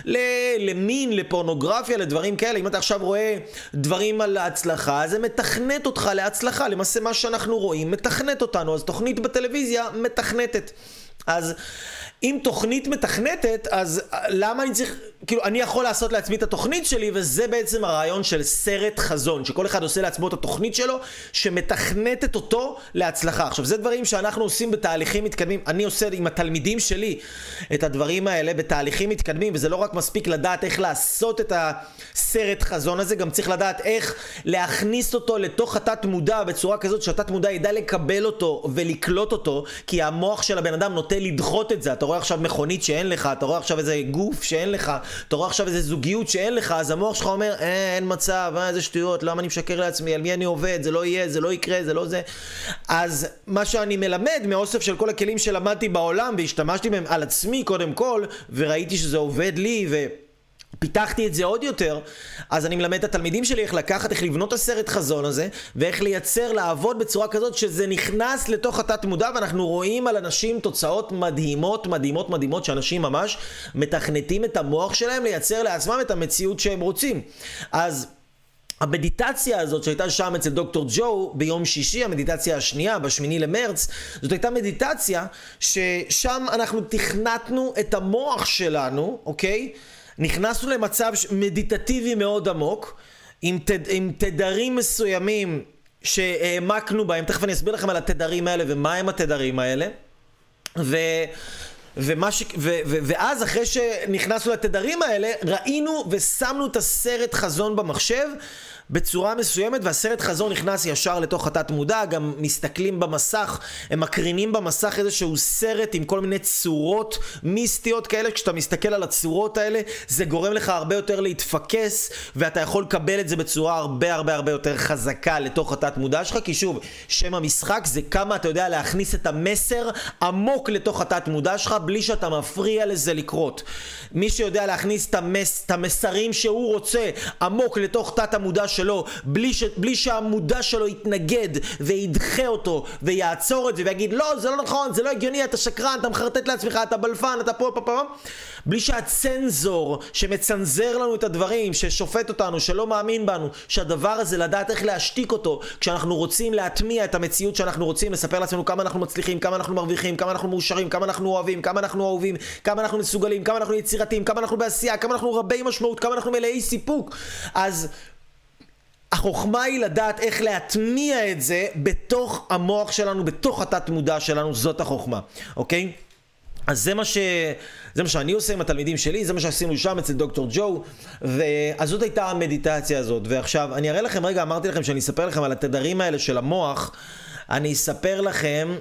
Speaker 1: למין, לפורנוגרפיה, לדברים כאלה. אם אתה עכשיו רואה דברים על ההצלחה, אז זה מתכנת אותך להצלחה. למעשה מה שאנחנו רואים מתכנת אותנו, אז תוכנית בטלוויזיה מתכנתת. אז אם תוכנית מתכנתת, אז למה אני צריך, כאילו אני יכול לעשות לעצמי את התוכנית שלי, וזה בעצם הרעיון של סרט חזון, שכל אחד עושה לעצמו את התוכנית שלו, שמתכנתת אותו להצלחה. עכשיו, זה דברים שאנחנו עושים בתהליכים מתקדמים, אני עושה עם התלמידים שלי את הדברים האלה בתהליכים מתקדמים, וזה לא רק מספיק לדעת איך לעשות את הסרט חזון הזה, גם צריך לדעת איך להכניס אותו לתוך התת מודע, בצורה כזאת שהתת מודע ידע לקבל אותו ולקלוט אותו, כי המוח של הבן אדם נוטה לדחות את זה. אתה רואה עכשיו מכונית שאין לך, אתה רואה עכשיו איזה גוף שאין לך, אתה רואה עכשיו איזה זוגיות שאין לך, אז המוח שלך אומר, אין מצב, איזה שטויות, למה אני משקר לעצמי, על מי אני עובד, זה לא יהיה, זה לא יקרה, זה לא זה. אז מה שאני מלמד מאוסף של כל הכלים שלמדתי בעולם, והשתמשתי בהם על עצמי קודם כל, וראיתי שזה עובד לי, פיתחתי את זה עוד יותר, אז אני מלמד את התלמידים שלי איך לקחת, איך לבנות את הסרט חזון הזה, ואיך לייצר, לעבוד בצורה כזאת שזה נכנס לתוך התת מודע, ואנחנו רואים על אנשים תוצאות מדהימות, מדהימות, מדהימות, שאנשים ממש מתכנתים את המוח שלהם לייצר לעצמם את המציאות שהם רוצים. אז המדיטציה הזאת שהייתה שם אצל דוקטור ג'ו ביום שישי, המדיטציה השנייה, ב8 למרץ, זאת הייתה מדיטציה ששם אנחנו תכנתנו את המוח שלנו, אוקיי? נכנסנו למצב מדיטטיבי מאוד עמוק, עם תדרים מסוימים שהעמקנו בהם. תכף אני אסביר לכם על התדרים האלה ומה הם התדרים האלה. ואז אחרי שנכנסנו לתדרים האלה, ראינו ושמנו את הסרט חזון במחשב בצורה מסוימת, והסרט חזון נכנס ישר לתוך התת מודע. גם מסתכלים במסך, הם מקרינים במסך איזשהו סרט עם כל מיני צורות מיסטיות כאלה. כשאתה מסתכל על הצורות האלה, זה גורם לך הרבה יותר להתפקס, ואתה יכול לקבל את זה בצורה הרבה יותר חזקה לתוך התת מודע שלך. כי שוב, שם המשחק זה כמה אתה יודע להכניס את המסר עמוק לתוך התת מודע שלך בלי שאתה מפריע לזה לקרות. מי שיודע להכניס את המסרים שהוא רוצה עמוק לתוך תת המודע שלו, בלי שהמודע שלו יתנגד וידחה אותו ויעצור את זה ויגיד לא, זה לא נכון, זה לא הגיוני, אתה שקרן, אתה מחרטט לעצמך, אתה בלפן, אתה פה, בלי שהצנזור שמצנזר לנו את הדברים, ששופט אותנו, שלא מאמין בנו, שהדבר הזה לדעת איך להשתיק אותו כשאנחנו רוצים להטמיע את המציאות שאנחנו רוצים, לספר לעצמנו כמה אנחנו מצליחים, כמה אנחנו מרוויחים, כמה אנחנו מאושרים, כמה אנחנו אוהבים, כמה אנחנו אהובים, כמה אנחנו מסוגלים, כמה אנחנו יצירתיים, כמה אנחנו בעשייה, כמה אנחנו רבי משמעות, כמה אנחנו מלאי סיפוק. אז החוכמה היא לדעת איך להטמיע את זה בתוך המוח שלנו, בתוך התת מודע שלנו. זאת החוכמה, אוקיי? אז זה מה שאני עושה עם התלמידים שלי, זה מה שעשינו שם אצל דוקטור ג'ו, אז זאת הייתה המדיטציה הזאת. ועכשיו אני אראה לכם, רגע, אמרתי לכם שאני אספר לכם על התדרים האלה של המוח, אני אספר לכם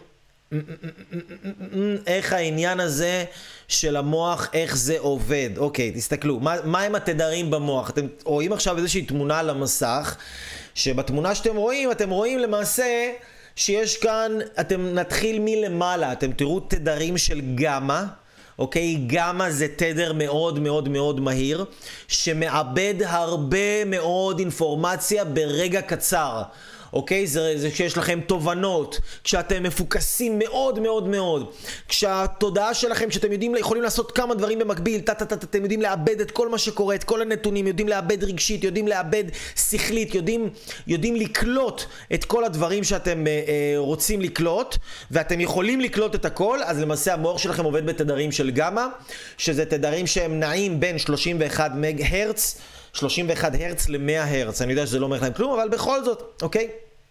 Speaker 1: איך העניין הזה של המוח, איך זה עובד. אוקיי, תסתכלו, מה הם התדרים במוח? אתם רואים עכשיו איזושהי תמונה על המסך, שבתמונה שאתם רואים, אתם רואים למעשה שיש כאן, אתם נתחיל מלמעלה, אתם תראו תדרים של גמא, אוקיי? גמא זה תדר מאוד מהיר, שמעבד הרבה מאוד אינפורמציה ברגע קצר. אוקיי? זה כשיש לכם תובנות, כשאתם מפוקסים מאוד, כשהתודעה שלכם, שאתם יכולים לעשות כמה דברים במקביל, אתם יודעים לאבד את כל מה שקורה, את כל הנתונים, יודעים לאבד רגשית, יודעים לאבד שכלית, יודעים לקלוט את כל הדברים שאתם רוצים לקלוט, ואתם יכולים לקלוט את הכל. אז למעשה המוח שלכם עובד בתדרים של גמא, שזה תדרים שהם נעים בין 31 הרץ, 31 הרץ ל-100 הרץ. אני יודע שזה לא אומר לכם כלום, אבל בכל זאת, אוקיי?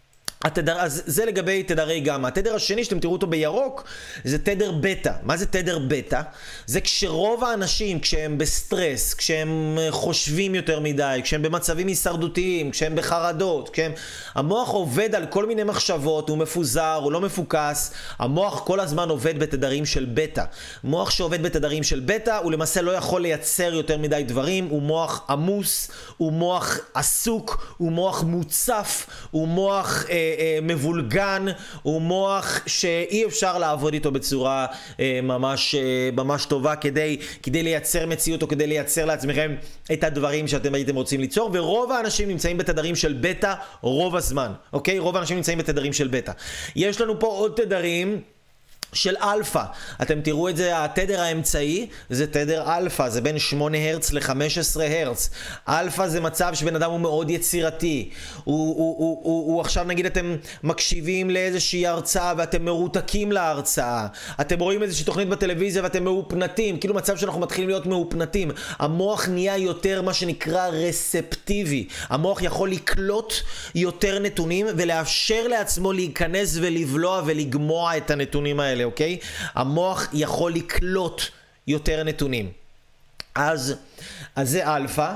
Speaker 1: אז זה לגבי תדרי גמא. התדר השני שאתם תראו אותו בירוק זה תדר בטא. מה זה תדר בטא? זה כשרוב האנשים, כשהם בסטרס, כשהם חושבים יותר מדי, כשהם במצבים הישרדותיים, כשהם בחרדות, המוח עובד על כל מיני מחשבות, הוא מפוזר, הוא לא מפוקס. המוח כל הזמן עובד בתדרים של בטא. מוח שעובד בתדרים של בטא הוא למעשה לא יכול לייצר יותר מדי דברים, הוא מוח עמוס, הוא מוח עסוק, הוא מוח מוצף, הוא מוח מבולגן, הוא מוח שאי אפשר לעבוד איתו בצורה ממש טובה כדי לייצר מציאות, או כדי לייצר לעצמכם את הדברים שאתם הייתם רוצים ליצור. ורוב האנשים נמצאים בתדרים של בטא רוב הזמן, אוקיי? רוב האנשים נמצאים בתדרים של בטא. יש לנו פה עוד תדרים של אלפא. אתם תראו את זה, התדר האמצעי זה תדר אלפא, זה בין 8 הרץ ל-15 הרץ. אלפא זה מצב שבן אדם הוא מאוד יצירתי. הוא עכשיו נגיד אתם מקשיבים לאיזושהי הרצאה ואתם מרותקים להרצאה. אתם רואים איזושהי תוכנית בטלוויזיה ואתם מאופנתים, כאילו מצב שאנחנו מתחילים להיות מאופנתים. המוח נהיה יותר מה שנקרא רספטיבי. המוח יכול לקלוט יותר נתונים ולאפשר לעצמו להיכנס ולבלוע ולגמוע את הנתונים האלה. אוקיי? המוח יכול לקלוט יותר נתונים. אז זה אלפא.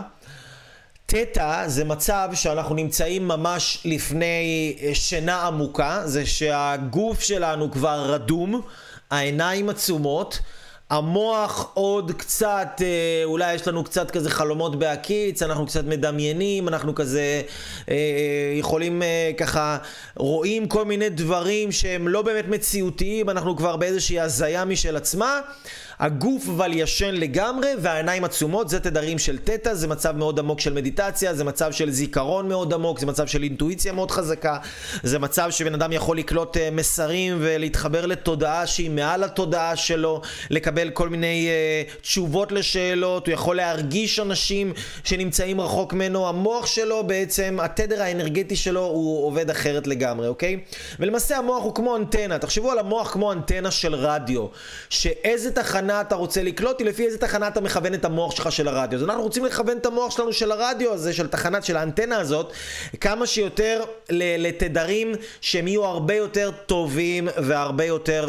Speaker 1: תטא זה מצב שאנחנו נמצאים ממש לפני שינה עמוקה, זה שהגוף שלנו כבר רדום, העיניים עצומות, המוח עוד קצת, אולי יש לנו קצת כזה חלומות בהקיץ, אנחנו קצת מדמיינים, אנחנו כזה יכולים ככה, רואים כל מיני דברים שהם לא באמת מציאותיים, אנחנו כבר באיזושהי הזיה משל עצמה. הגוף אבל ישן לגמרי והעיניים עצומות, זה תדרים של תטא, זה מצב מאוד עמוק של מדיטציה, זה מצב של זיכרון מאוד עמוק, זה מצב של אינטואיציה מאוד חזקה, זה מצב שבן אדם יכול לקלוט מסרים ולהתחבר לתודעה שהיא מעל התודעה שלו, לקבל לקבל כל מיני תשובות לשאלות, הוא יכול להרגיש אנשים שנמצאים רחוק ממנו, המוח שלו בעצם, התדר האנרגטי שלו הוא עובד אחרת לגמרי, אוקיי? ולמעשה המוח הוא כמו אנטנה, תחשבו על המוח כמו אנטנה של רדיו, שאיזה תחנה אתה רוצה לקלוט, היא לפי איזה תחנה אתה מכוון את המוח שלך של הרדיו. אז אנחנו רוצים לכוון את המוח שלנו של הרדיו הזה, של תחנת, של האנטנה הזאת, כמה שיותר לתדרים שהם יהיו הרבה יותר טובים והרבה יותר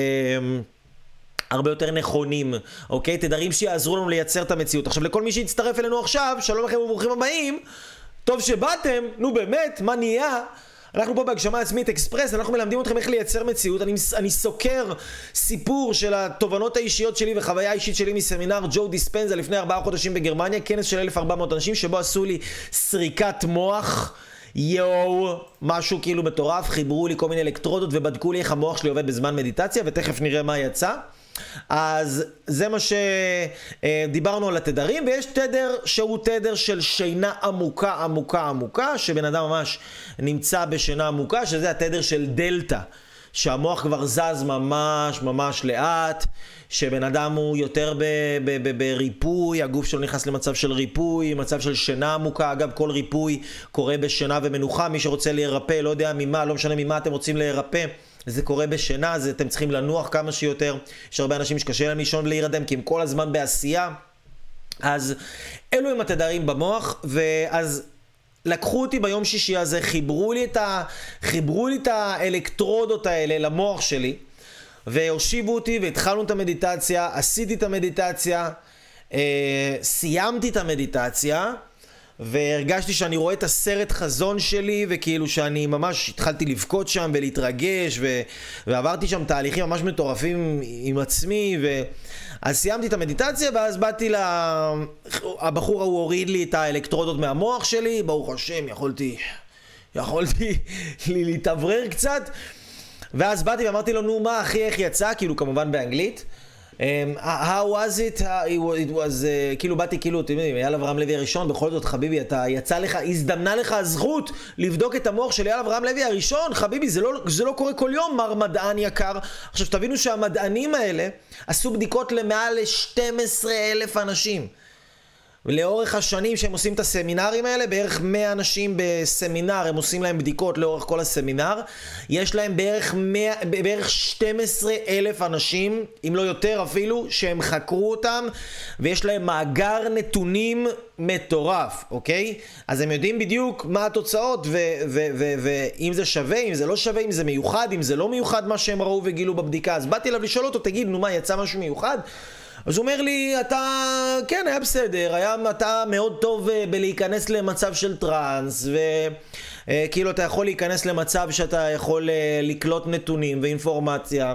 Speaker 1: הרבה יותר נכונים, אוקיי? תדרים שיעזרו לנו לייצר את המציאות. עכשיו, לכל מי שיצטרף אלינו עכשיו, שלום לכם וברוכים הבאים, טוב שבאתם, נו באמת, מה נהיה? אנחנו פה בהגשמה עצמית אקספרס, אנחנו מלמדים אתכם איך לייצר מציאות. אני סוקר סיפור של התובנות האישיות שלי וחוויה האישית שלי מסמינר ג'ו דיספנזה לפני 4 חודשים בגרמניה, כנס של 1,400 אנשים שבו עשו לי סריקת מוח, משהו כאילו מטורף, חיברו לי כל מיני אלקטרודות ובדקו לי איך המוח שלי עובד בזמן מדיטציה, ותכף נראה מה יצא. אז זה מה שדיברנו על התדרים, ויש תדר שהוא תדר של שינה עמוקה עמוקה עמוקה, שבן אדם ממש נמצא בשינה עמוקה, שזה התדר של דלטה, שהמוח כבר זז ממש ממש לאט, שבן אדם הוא יותר בריפוי, הגוף שלו נכנס למצב של ריפוי, מצב של שינה עמוקה. אגב, כל ריפוי קורה בשינה ומנוחה, מי שרוצה להירפא, לא יודע ממה, לא משנה ממה אתם רוצים להירפא, זה קורה בשינה, אז אתם צריכים לנוח כמה שיותר. יש הרבה אנשים שקשה להם לישון ולהירדם, כי הם כל הזמן בעשייה. אז אלו הם התדרים במוח, ואז לקחו אותי ביום שישי הזה, חיברו לי את האלקטרודות האלה למוח שלי, והושיבו אותי והתחלנו את המדיטציה, עשיתי את המדיטציה, סיימתי את המדיטציה, והרגשתי שאני רואה את הסרט חזון שלי, וכאילו שאני ממש התחלתי לבכות שם ולהתרגש, ועברתי שם תהליכים ממש מטורפים עם עצמי, אז סיימתי את המדיטציה, ואז באתי הבחור ההוא הוריד לי את האלקטרודות מהמוח שלי, ברוך השם, יכולתי להתאוורר קצת, ואז באתי ואמרתי לו, נו מה אחי, איך יצא? כאילו כמובן באנגלית. How was it? It was, כאילו באתי, כאילו, אתם יודעים, אייל אברהם לוי הראשון, בכל זאת חביבי, אתה יצא לך, הזדמנה לך הזכות לבדוק את המוח של אייל אברהם לוי הראשון, חביבי, זה לא קורה כל יום, מר מדען יקר. עכשיו תבינו שהמדענים האלה עשו בדיקות למעל ל-12,000 אנשים. ולאורך השנים שהם עושים את הסמינרים האלה, בערך 100 אנשים בסמינר, הם עושים להם בדיקות לאורך כל הסמינר, יש להם בערך 12,000 אנשים, אם לא יותר אפילו, שהם חקרו אותם, ויש להם מאגר נתונים מטורף, אוקיי? אז הם יודעים בדיוק מה התוצאות, ואם זה שווה, אם זה לא שווה, אם זה מיוחד, אם זה לא מיוחד מה שהם ראו וגילו בבדיקה. אז באתי אליו לשאול אותו, תגיד, נו מה, יצא משהו מיוחד? אז הוא אומר לי, כן, היה בסדר, אתה מאוד טוב בלהיכנס למצב של טרנס, וכאילו אתה יכול להיכנס למצב שאתה יכול לקלוט נתונים ואינפורמציה,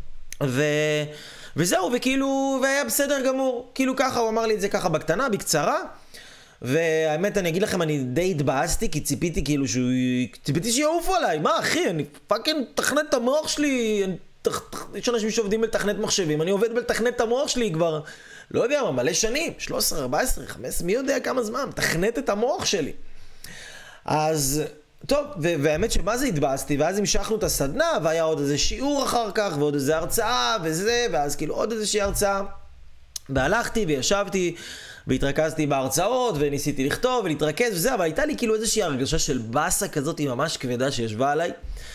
Speaker 1: וזהו, וכאילו, והיה בסדר גמור, כאילו ככה, הוא אמר לי את זה ככה בקטנה, בקצרה, והאמת אני אגיד לכם, אני די התבאסתי, כי ציפיתי שיעופו עליי, מה אחי, אני פאקינג תכנת את המוח שלי, יש אנשים שעובדים בלתכנת מחשבים, אני עובד בלתכנת את המוח שלי כבר, לא יודע מה, מלא שנים, 13, 14, 15, מי יודע כמה זמן, תכנת את המוח שלי. אז, טוב, והאמת שמה זה התבאסתי, ואז המשכנו את הסדנה, והיה עוד איזה שיעור אחר כך, ועוד איזה הרצאה, ואז כאילו עוד איזושהי הרצאה, והלכתי וישבתי, והתרכזתי בהרצאות, וניסיתי לכתוב ולהתרכז וזה, אבל הייתה לי כאילו איזושהי הרגשה של בסה כזאת, היא ממש כבדה שישבה עליי,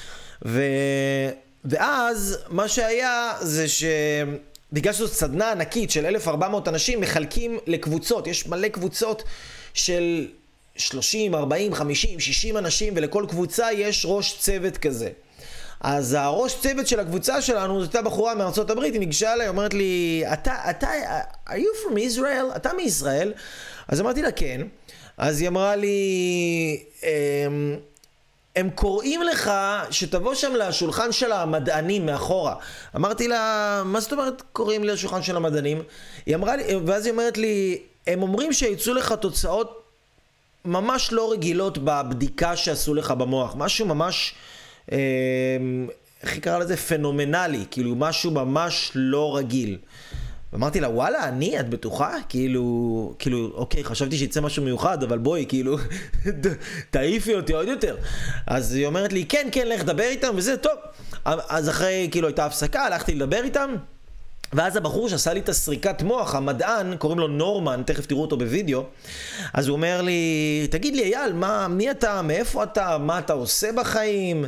Speaker 1: ואז מה שהיה זה שבגלל שזאת סדנה ענקית של 1,400 אנשים, מחלקים לקבוצות, יש מלא קבוצות של 30, 40, 50, 60 אנשים, ולכל קבוצה יש ראש צוות כזה. אז הראש צוות של הקבוצה שלנו, זאת הייתה בחורה מארצות הברית, היא ניגשה אליי, אומרת לי, are you from Israel? אתה מישראל? אז אמרתי לה כן. אז היא אמרה לי, הם קוראים לך שתבוא שם לשולחן של המדענים מאחורה. אמרתי לה, מה זאת אומרת קוראים לי לשולחן של המדענים? היא אמרה לי, ואז היא אומרת לי, הם אומרים שיצאו לך תוצאות ממש לא רגילות בבדיקה שעשו לך במוח. משהו ממש, איך יקרא לזה? פנומנלי. כאילו משהו ממש לא רגיל. אמרתי לה, וואלה, את בטוחה? כאילו, אוקיי, חשבתי שיצא משהו מיוחד, אבל בואי, כאילו, תעיפי אותי עוד יותר. אז היא אומרת לי, כן, לך דבר איתם, וזה טוב. אז אחרי, כאילו, הייתה הפסקה, הלכתי לדבר איתם, ואז הבחור שעשה לי את הסריקת מוח, המדען, קוראים לו נורמן, תכף תראו אותו בווידאו, אז הוא אומר לי, תגיד לי אייל, מי אתה, מאיפה אתה, מה אתה עושה בחיים?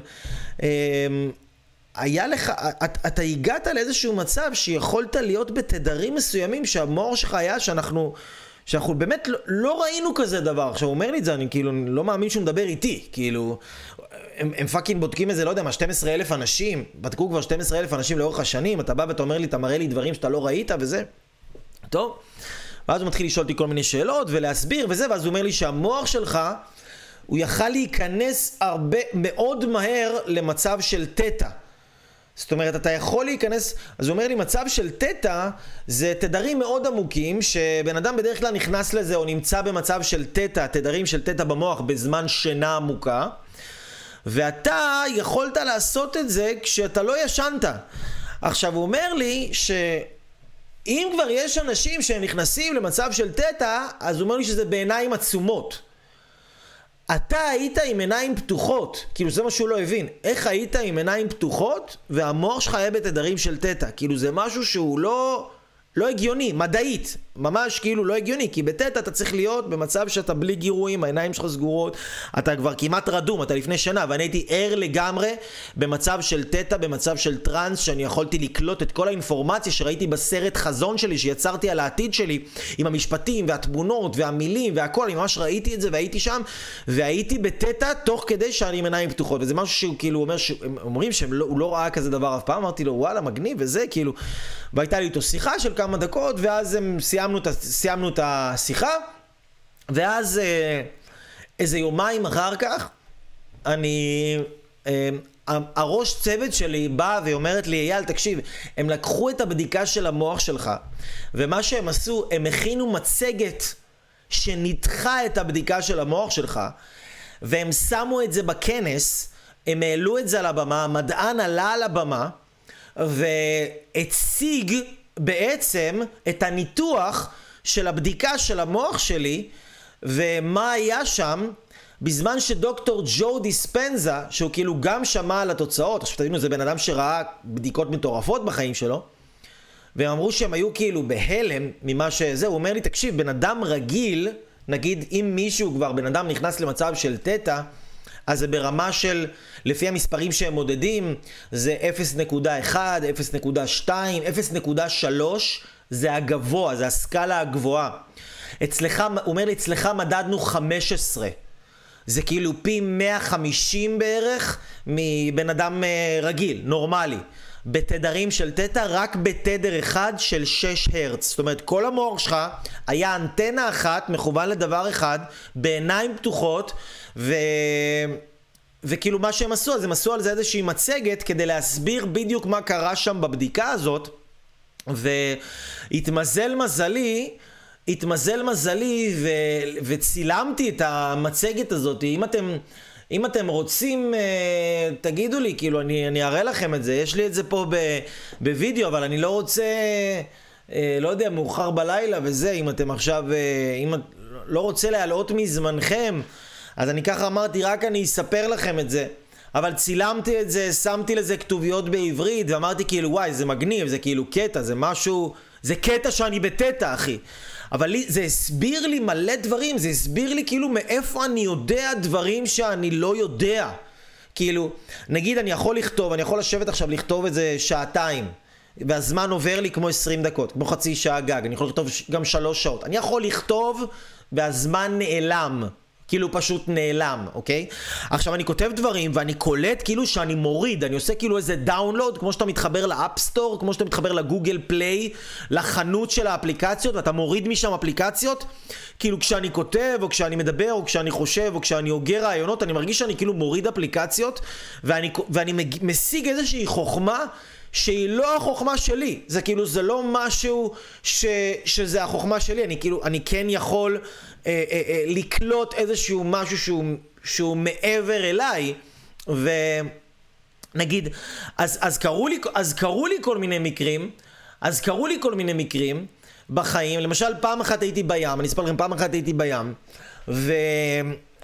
Speaker 1: היה לך, אתה הגעת לאיזשהו מצב שיכולת להיות בתדרים מסוימים שהמוח שלך היה שאנחנו באמת לא ראינו כזה דבר. עכשיו הוא אומר לי את זה, אני כאילו לא מאמין שהוא מדבר איתי, כאילו הם פאקינג בודקים את זה, לא יודע מה, 12,000 אנשים, בדקו כבר 12,000 אנשים לאורך השנים, אתה בא ואתה אומר לי, אתה מראה לי דברים שאתה לא ראית וזה, טוב, ואז הוא מתחיל לשאול אותי כל מיני שאלות ולהסביר וזה, ואז הוא אומר לי שהמוח שלך, הוא יכל להיכנס מאוד מהר למצב של תטא. זאת אומרת, אתה יכול להיכנס, אז הוא אומר לי, מצב של תטא זה תדרים מאוד עמוקים, שבן אדם בדרך כלל נכנס לזה או נמצא במצב של תטא, תדרים של תטא במוח בזמן שינה עמוקה, ואתה יכולת לעשות את זה כשאתה לא ישנת. עכשיו הוא אומר לי שאם כבר יש אנשים שהם נכנסים למצב של תטא, אז הוא אומר לי שזה בעיניים עצומות. אתה היית עם עיניים פתוחות, כאילו זה מה שהוא לא הבין, איך היית עם עיניים פתוחות והמוח שלך היה בתדרים של תטא, כאילו זה משהו שהוא לא הגיוני, מדעית, ממש כאילו לא הגיוני, כי בתטא אתה צריך להיות במצב שאתה בלי גירויים, העיניים שלך סגורות, אתה כבר כמעט רדום, אתה לפני שנה, ואני הייתי ער לגמרי במצב של תטא, במצב של טרנס, שאני יכולתי לקלוט את כל האינפורמציה שראיתי בסרט חזון שלי, שיצרתי על העתיד שלי, עם המשפטים והתמונות והמילים והכל, אני ממש ראיתי את זה והייתי שם, והייתי בתטא תוך כדי שאני עם עיניים פתוחות, וזה משהו שהוא כאילו אומר, אומרים שהוא לא ראה כזה דבר אף פעם, אמרתי לו וואלה מגניב וזה כאילו, והייתה לי איתו שיחה של כמה דקות, ואז סיימנו את השיחה, ואז איזה יומיים אחר כך, הראש צוות שלי באה ואומרת לי, אייל תקשיב, הם לקחו את הבדיקה של המוח שלך, ומה שהם עשו, הם הכינו מצגת שניתחה את הבדיקה של המוח שלך, והם שמו את זה בכנס, הם העלו את זה על הבמה, המדען עלה על הבמה, והציג בעצם את הניתוח של הבדיקה של המוח שלי, ומה היה שם, בזמן שדוקטור ג'ו דיספנזה, שהוא כאילו גם שמע על התוצאות, עכשיו תבינו, זה בן אדם שראה בדיקות מטורפות בחיים שלו, והם אמרו שהם היו כאילו בהלם ממה שזה, הוא אומר לי, תקשיב, בן אדם רגיל, נגיד אם מישהו כבר, בן אדם נכנס למצב של תטא, אז זה ברמה של, לפי המספרים שהם מודדים, זה 0.1, 0.2, 0.3, זה הגבוה, זה הסקאלה הגבוהה. אצלך, הוא אומר לי, אצלך מדדנו 15. זה כאילו פי 150 בערך מבן אדם רגיל, נורמלי. בתדרים של תטא, רק בתדר אחד של 6 הרץ. זאת אומרת, כל המוח שלך היה אנטנה אחת, מכוון לדבר אחד, בעיניים פתוחות, וכאילו מה שהם עשו, אז הם עשו על זה איזושהי מצגת כדי להסביר בדיוק מה קרה שם בבדיקה הזאת, והתמזל מזלי וצילמתי את המצגת הזאת. אם אתם רוצים, תגידו לי, כאילו אני אראה לכם את זה, יש לי את זה פה בווידאו, אבל אני לא רוצה, לא יודע, מאוחר בלילה וזה, אם אתם עכשיו, אם לא רוצה להעלות מזמנכם, אז אני ככה אמרתי, רק אני אספר לכם את זה. אבל צילמתי את זה, שמתי לזה כתוביות בעברית, ואמרתי כאילו, וואי, זה מגניב, זה כאילו קטע, זה משהו, זה קטע שאני בתטא, אחי. אבל זה הסביר לי מלא דברים, זה הסביר לי כאילו מאיפה אני יודע דברים שאני לא יודע. כאילו, נגיד אני יכול לכתוב, אני יכול לשבת עכשיו לכתוב את זה שעתיים, והזמן עובר לי כמו 20 דקות, כמו חצי שעה גג, אני יכול לכתוב גם 3 שעות. אני יכול לכתוב והזמן נעלם. כאילו פשוט נעלם, אוקיי? עכשיו אני כותב דברים ואני קולט כאילו שאני מוריד, אני עושה כאילו איזה דאונלוד, כמו שאתה מתחבר לאפסטור, כמו שאתה מתחבר לגוגל פליי, לחנות של האפליקציות, ואתה מוריד משם אפליקציות, כאילו כשאני כותב, או כשאני מדבר, או כשאני חושב, או כשאני הוגה רעיונות, אני מרגיש שאני כאילו מוריד אפליקציות, ואני משיג איזושהי חוכמה, שהיא לא החוכמה שלי. זה כאילו, זה לא משהו שזה החוכמה שלי. אני כן יכול לקלוט איזשהו משהו שהוא מעבר אליי, ונגיד, אז קראו לי כל מיני מקרים בחיים. למשל, פעם אחת הייתי בים, אני אספר לכם, פעם אחת הייתי בים,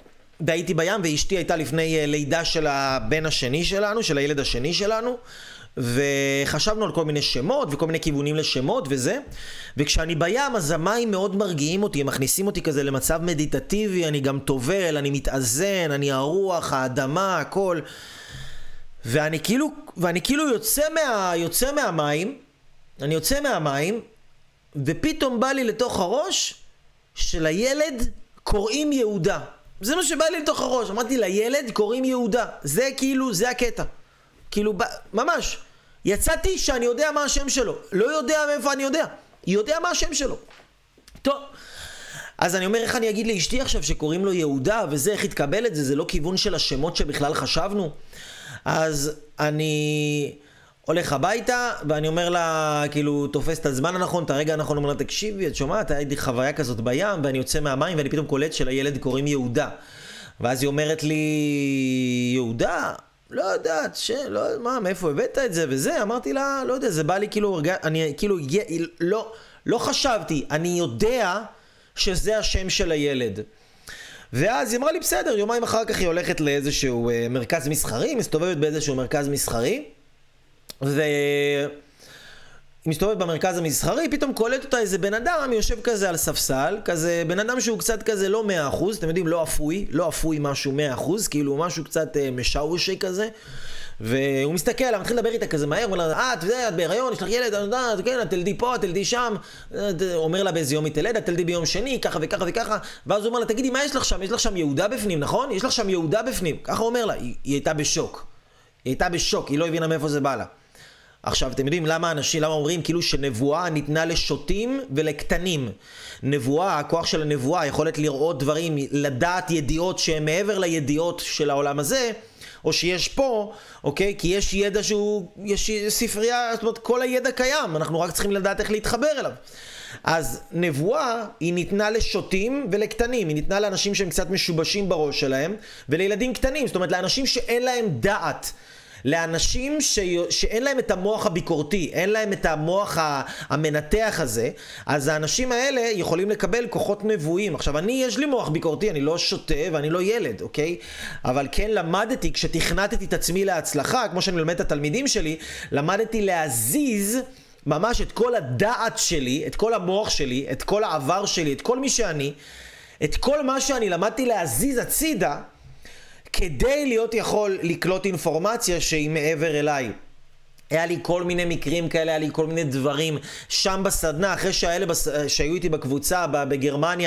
Speaker 1: והייתי בים, ואשתי הייתה לפני לידה של הבן השני שלנו, של הילד השני שלנו, וחשבנו על כל מיני שמות וכל מיני כיוונים לשמות וזה, וכשאני בים אז המים מאוד מרגיעים אותי, הם מכניסים אותי כזה למצב מדיטטיבי, אני גם טובל, אני מתאזן, אני הרוח, האדמה, הכל, ואני כאילו יוצא מהמים, אני יוצא מהמים, ופתאום בא לי לתוך הראש שלילד קוראים יהודה. זה מה שבא לי לתוך הראש, אמרתי לילד קוראים יהודה, זה כאילו, זה הקטע. כאילו, ממש, יצאתי שאני יודע מה השם שלו, לא יודע מאיפה אני יודע מה השם שלו. טוב, אז אני אומר, איך אני אגיד לאשתי עכשיו שקוראים לו יהודה, וזה, איך התקבל את זה, זה לא כיוון של השמות שבכלל חשבנו. אז אני הולך הביתה, ואני אומר לה, כאילו, תופס את הזמן הנכון, את הרגע הנכון, אומר לה, תקשיבי, את שומעת, הייתי חוויה כזאת בים, ואני יוצא מהמים, ואני פתאום קולט שלילד קוראים יהודה. ואז היא אומרת לי, יהודה? לא יודעת, מאיפה הבאת את זה וזה? אמרתי לה, לא יודע, זה בא לי כאילו, אני כאילו, לא חשבתי, אני יודע שזה השם של הילד. ואז היא אמרה לי, בסדר, יומיים אחר כך היא הולכת לאיזשהו מרכז מסחרי, מסתובבת באיזשהו מרכז מסחרי, והיא מסתובבת במרכז המסחרי, פתאום קולט אותה איזה בן אדם, יושב כזה על ספסל, כזה בן אדם שהוא קצת כזה לא 100%, אתם יודעים, לא אפוי משהו 100%, כאילו משהו קצת משאושי כזה, והוא מסתכל, הוא מתחיל לדבר איתה כזה מהר, אומר לה, את בהיריון, יש לך ילד, את תלדי פה, תלדי שם, אומר לה באיזה יום היא תלד, את תלדי ביום שני, ככה וככה וככה, ואז הוא אומר לה, תגידי, מה יש לך שם? יש לך שם יהודה בפנים, נכון? יש לך שם יהודה בפנים. ככה הוא אומר לה, היא הייתה בשוק, היא לא הבינה מאיפה זה בא לה. עכשיו, אתם יודעים למה אומרים כאילו שנבואה ניתנה לשוטים ולקטנים. נבואה, הכוח של הנבואה, היכולת לראות דברים, לדעת ידיעות שהן מעבר לידיעות של העולם הזה, או שיש פה, אוקיי? כי יש ידע יש ספרייה, זאת אומרת, כל הידע קיים, אנחנו רק צריכים לדעת איך להתחבר אליו. אז נבואה היא ניתנה לשוטים ולקטנים, היא ניתנה לאנשים שהם קצת משובשים בראש שלהם, ולילדים קטנים, זאת אומרת, לאנשים שאין להם דעת, לאנשים שאין להם את המוח הביקורתי, אין להם את המוח המנתח הזה, אז האנשים האלה יכולים לקבל כוחות נבואים. עכשיו, יש לי מוח ביקורתי, אני לא שוטה ואני לא ילד, אוקיי? אבל כן למדתי, כשתכנתתי את עצמי להצלחה, כמו שאני מלמד את התלמידים שלי, למדתי להזיז ממש את כל הדעת שלי, את כל המוח שלי, את כל העבר שלי, את כל מי שאני, את כל מה שאני למדתי להזיז הצידה, כדי להיות יכול לקלוט אינפורמציה שהיא מעבר אליי. היה לי כל מיני מקרים כאלה, היה לי כל מיני דברים שם בסדנה, אחרי שהיו איתי בקבוצה בגרמניה,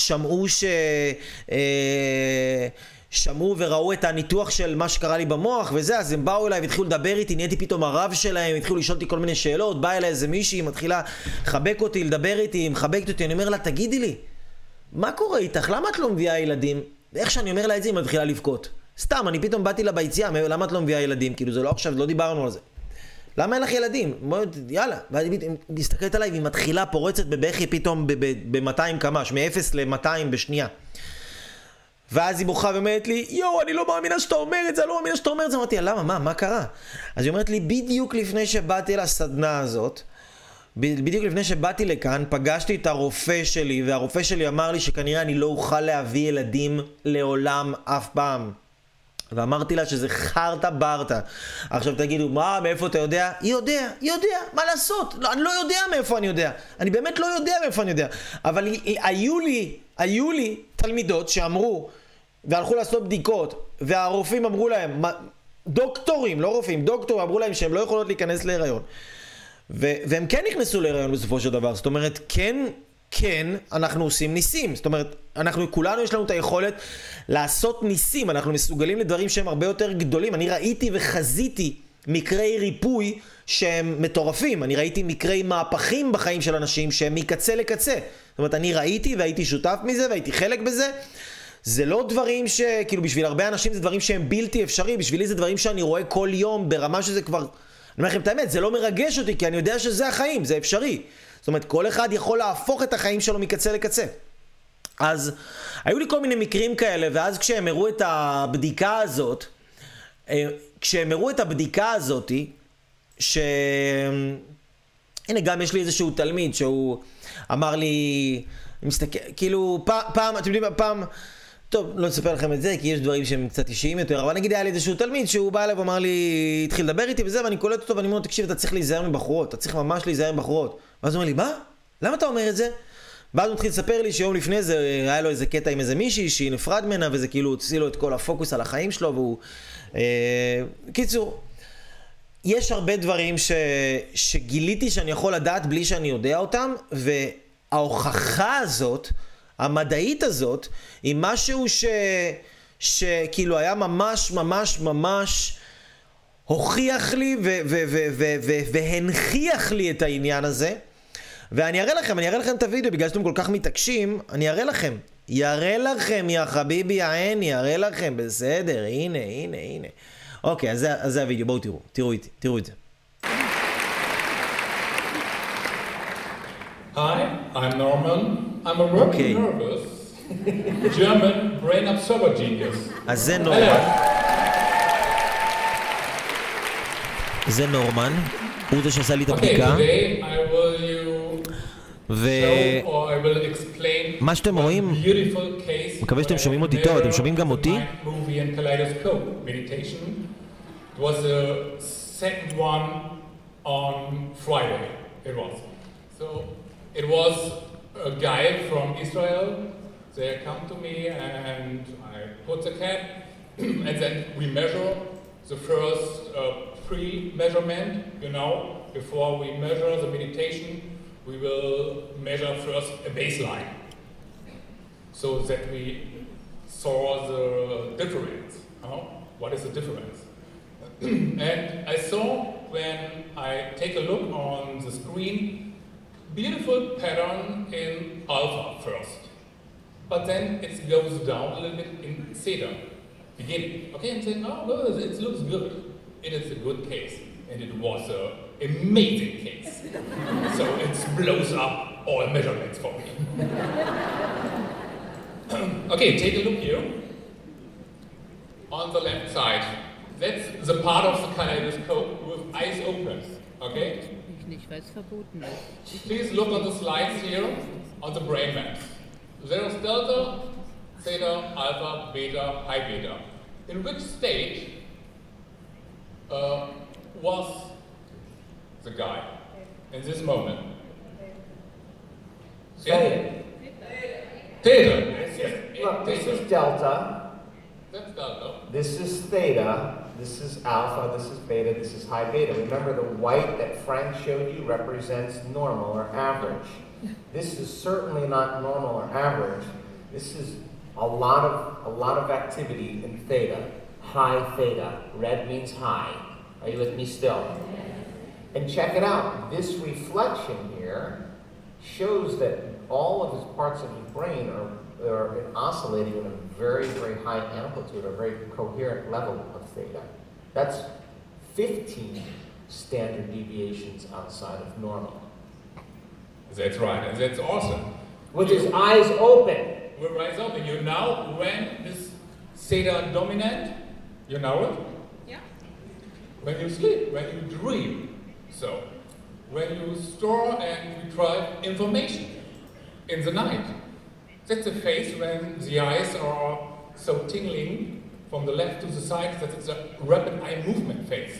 Speaker 1: שמעו וראו את הניתוח של מה שקרה לי במוח וזה, אז הם באו אליי והתחילו לדבר איתי, נהייתי פתאום הרב שלהם, התחילו לשאול אותי כל מיני שאלות, באה אליי איזה מישהי, מתחילה לחבק אותי, לדבר איתי, מחבקת אותי, אני אומר לה, תגידי לי, מה קורה איתך? למה את לא מביאה ילדים? איך שאני אומר לה את זה, היא מתחילה לבכות. סתם, אני פתאום באתי לה ביציאה, למה את לא מביאה ילדים? כאילו זה לא עכשיו, לא דיברנו על זה. למה אין לך ילדים? יאללה. והיא מסתכלת עליי והיא מתחילה פורצת בבכי פתאום ב-200 קמ"ש, מ-0 ל-200 בשנייה. ואז היא בוכה ואומרת לי, יואו, אני לא מאמינה שאתה אומר את זה, אני לא מאמינה שאתה אומר את זה. אמרתי, למה? מה קרה? אז היא אומרת לי, בדיוק לפני שבאתי לסדנה הזאת, בדיוק לפני שבאתי לכאן, פגשתי את הרופא שלי, והרופא שלי אמר לי שכנראה אני לא אוכל להביא ילדים לעולם אף פעם. ואמרתי לה שזה חרטה ברטה. עכשיו תגידו, מה, מאיפה אתה יודע? היא יודע, מה לעשות? לא, אני לא יודע מאיפה אני יודע. אני באמת לא יודע מאיפה אני יודע. אבל היו לי תלמידות שאמרו, והלכו לעשות בדיקות, והרופאים אמרו להם, דוקטורים, לא רופאים, דוקטורים אמרו להם שהם לא יכולות להיכנס להיריון. והם כן נכנסו להיריון בסופו של דבר. זאת אומרת, כן, אנחנו עושים ניסים. זאת אומרת, כולנו יש לנו את היכולת לעשות ניסים. אנחנו מסוגלים לדברים שהם הרבה יותר גדולים. אני ראיתי וחזיתי מקרי ריפוי שהם מטורפים. אני ראיתי מקרי מהפכים בחיים של אנשים שהם מקצה לקצה. זאת אומרת, אני ראיתי והייתי שותף מזה והייתי חלק בזה. זה לא דברים כאילו בשביל הרבה אנשים זה דברים שהם בלתי אפשרי. בשבילי זה דברים שאני רואה כל יום ברמה שזה כבר... אני אומר לכם את האמת, זה לא מרגש אותי, כי אני יודע שזה החיים, זה אפשרי. זאת אומרת, כל אחד יכול להפוך את החיים שלו מקצה לקצה. אז היו לי כל מיני מקרים כאלה, ואז כשהם הראו את הבדיקה הזאת, הנה, גם יש לי איזשהו תלמיד שהוא אמר לי, מסתכל, כאילו, פעם, אתם יודעים, טוב, לא אספר לכם את זה, כי יש דברים שהם קצת אישיים יותר, אבל נגיד היה לי איזשהו תלמיד שהוא בא אליו ואמר לי, התחיל לדבר איתי וזה, ואני קולט אותו ואני אומר, תקשיב, אתה צריך להיזהר מבחורות, אתה צריך ממש להיזהר מבחורות. ואז הוא אומר לי, מה? למה אתה אומר את זה? ואז הוא התחיל לספר לי שיום לפני זה, היה לו איזה קטע עם איזה מישהי שהיא נפרד ממנה, וזה כאילו הוציא לו את כל הפוקוס על החיים שלו, והוא... קיצור, יש הרבה דברים שגיליתי שאני יכול לדעת בלי שאני יודע אותם, וההוכחה הזאת, המדעית הזאת, היא משהו שכאילו היה ממש ממש ממש הוכיח לי והנכיח לי את העניין הזה. ואני אראה לכם את הוידאו, בגלל שאתם כל כך מתעקשים, אני אראה לכם. יראה לכם, יא חביבי, יא עיני, יראה לכם, בסדר, הנה. אוקיי, אז זה הוידאו, בואו תראו את זה.
Speaker 2: Hi, I'm Norman. I'm a working nervous German brain absorber genius.
Speaker 1: אז זה נורמן. זה נורמן. הוא זה שעשה לי את הבדיקה.
Speaker 2: Okay, today I will show or I will explain
Speaker 1: מה שאתם רואים, מקווה שאתם שומעים אותי טוב, אתם שומעים גם אותי?
Speaker 2: movie and kaleidoscope meditation. It was the second one on Friday. It was. So it was a guy from Israel. They come to me and I put the cat and then we measure the first pre-measurement, you know, before we measure the meditation, we will measure first a baseline so that we saw the difference. What is the difference? And I saw when I take a look on the screen, beautiful pattern in alpha first, but then it goes down a little bit in theta beginning. Okay, and saying, oh, well, it looks good. It is a good case, and it was an amazing case. So it blows up all measurements for me. Okay, take a look here. On the left side, that's the part of the kaleidoscope with eyes open. Okay?
Speaker 3: Nicht, weil es verboten ist.
Speaker 2: Please look on the slides here on the brain maps. There is delta, theta, alpha, beta, high beta. In which state was the guy in this moment?
Speaker 4: Theta.
Speaker 2: Theta.
Speaker 4: Look, this is delta.
Speaker 2: That's delta.
Speaker 4: This is theta. This is alpha. This is beta. This is high beta. Remember, the white that Frank showed you represents normal or average. This is certainly not normal or average. This is a lot of activity in theta. High theta. Red means high. Are you with me still? And check it out. This reflection here shows that all of his parts of his brain are oscillating at a very, very high amplitude, a very coherent level of theta. That's 15 standard deviations outside of normal.
Speaker 2: That's right, and that's awesome.
Speaker 4: With his eyes open.
Speaker 2: With eyes open. You know when is theta dominant? You know it?
Speaker 3: Yeah.
Speaker 2: When you sleep, when you dream. So, when you store and retrieve information in the night. That's the phase when the eyes are so tingling from the left to the side that it's a rapid eye movement phase.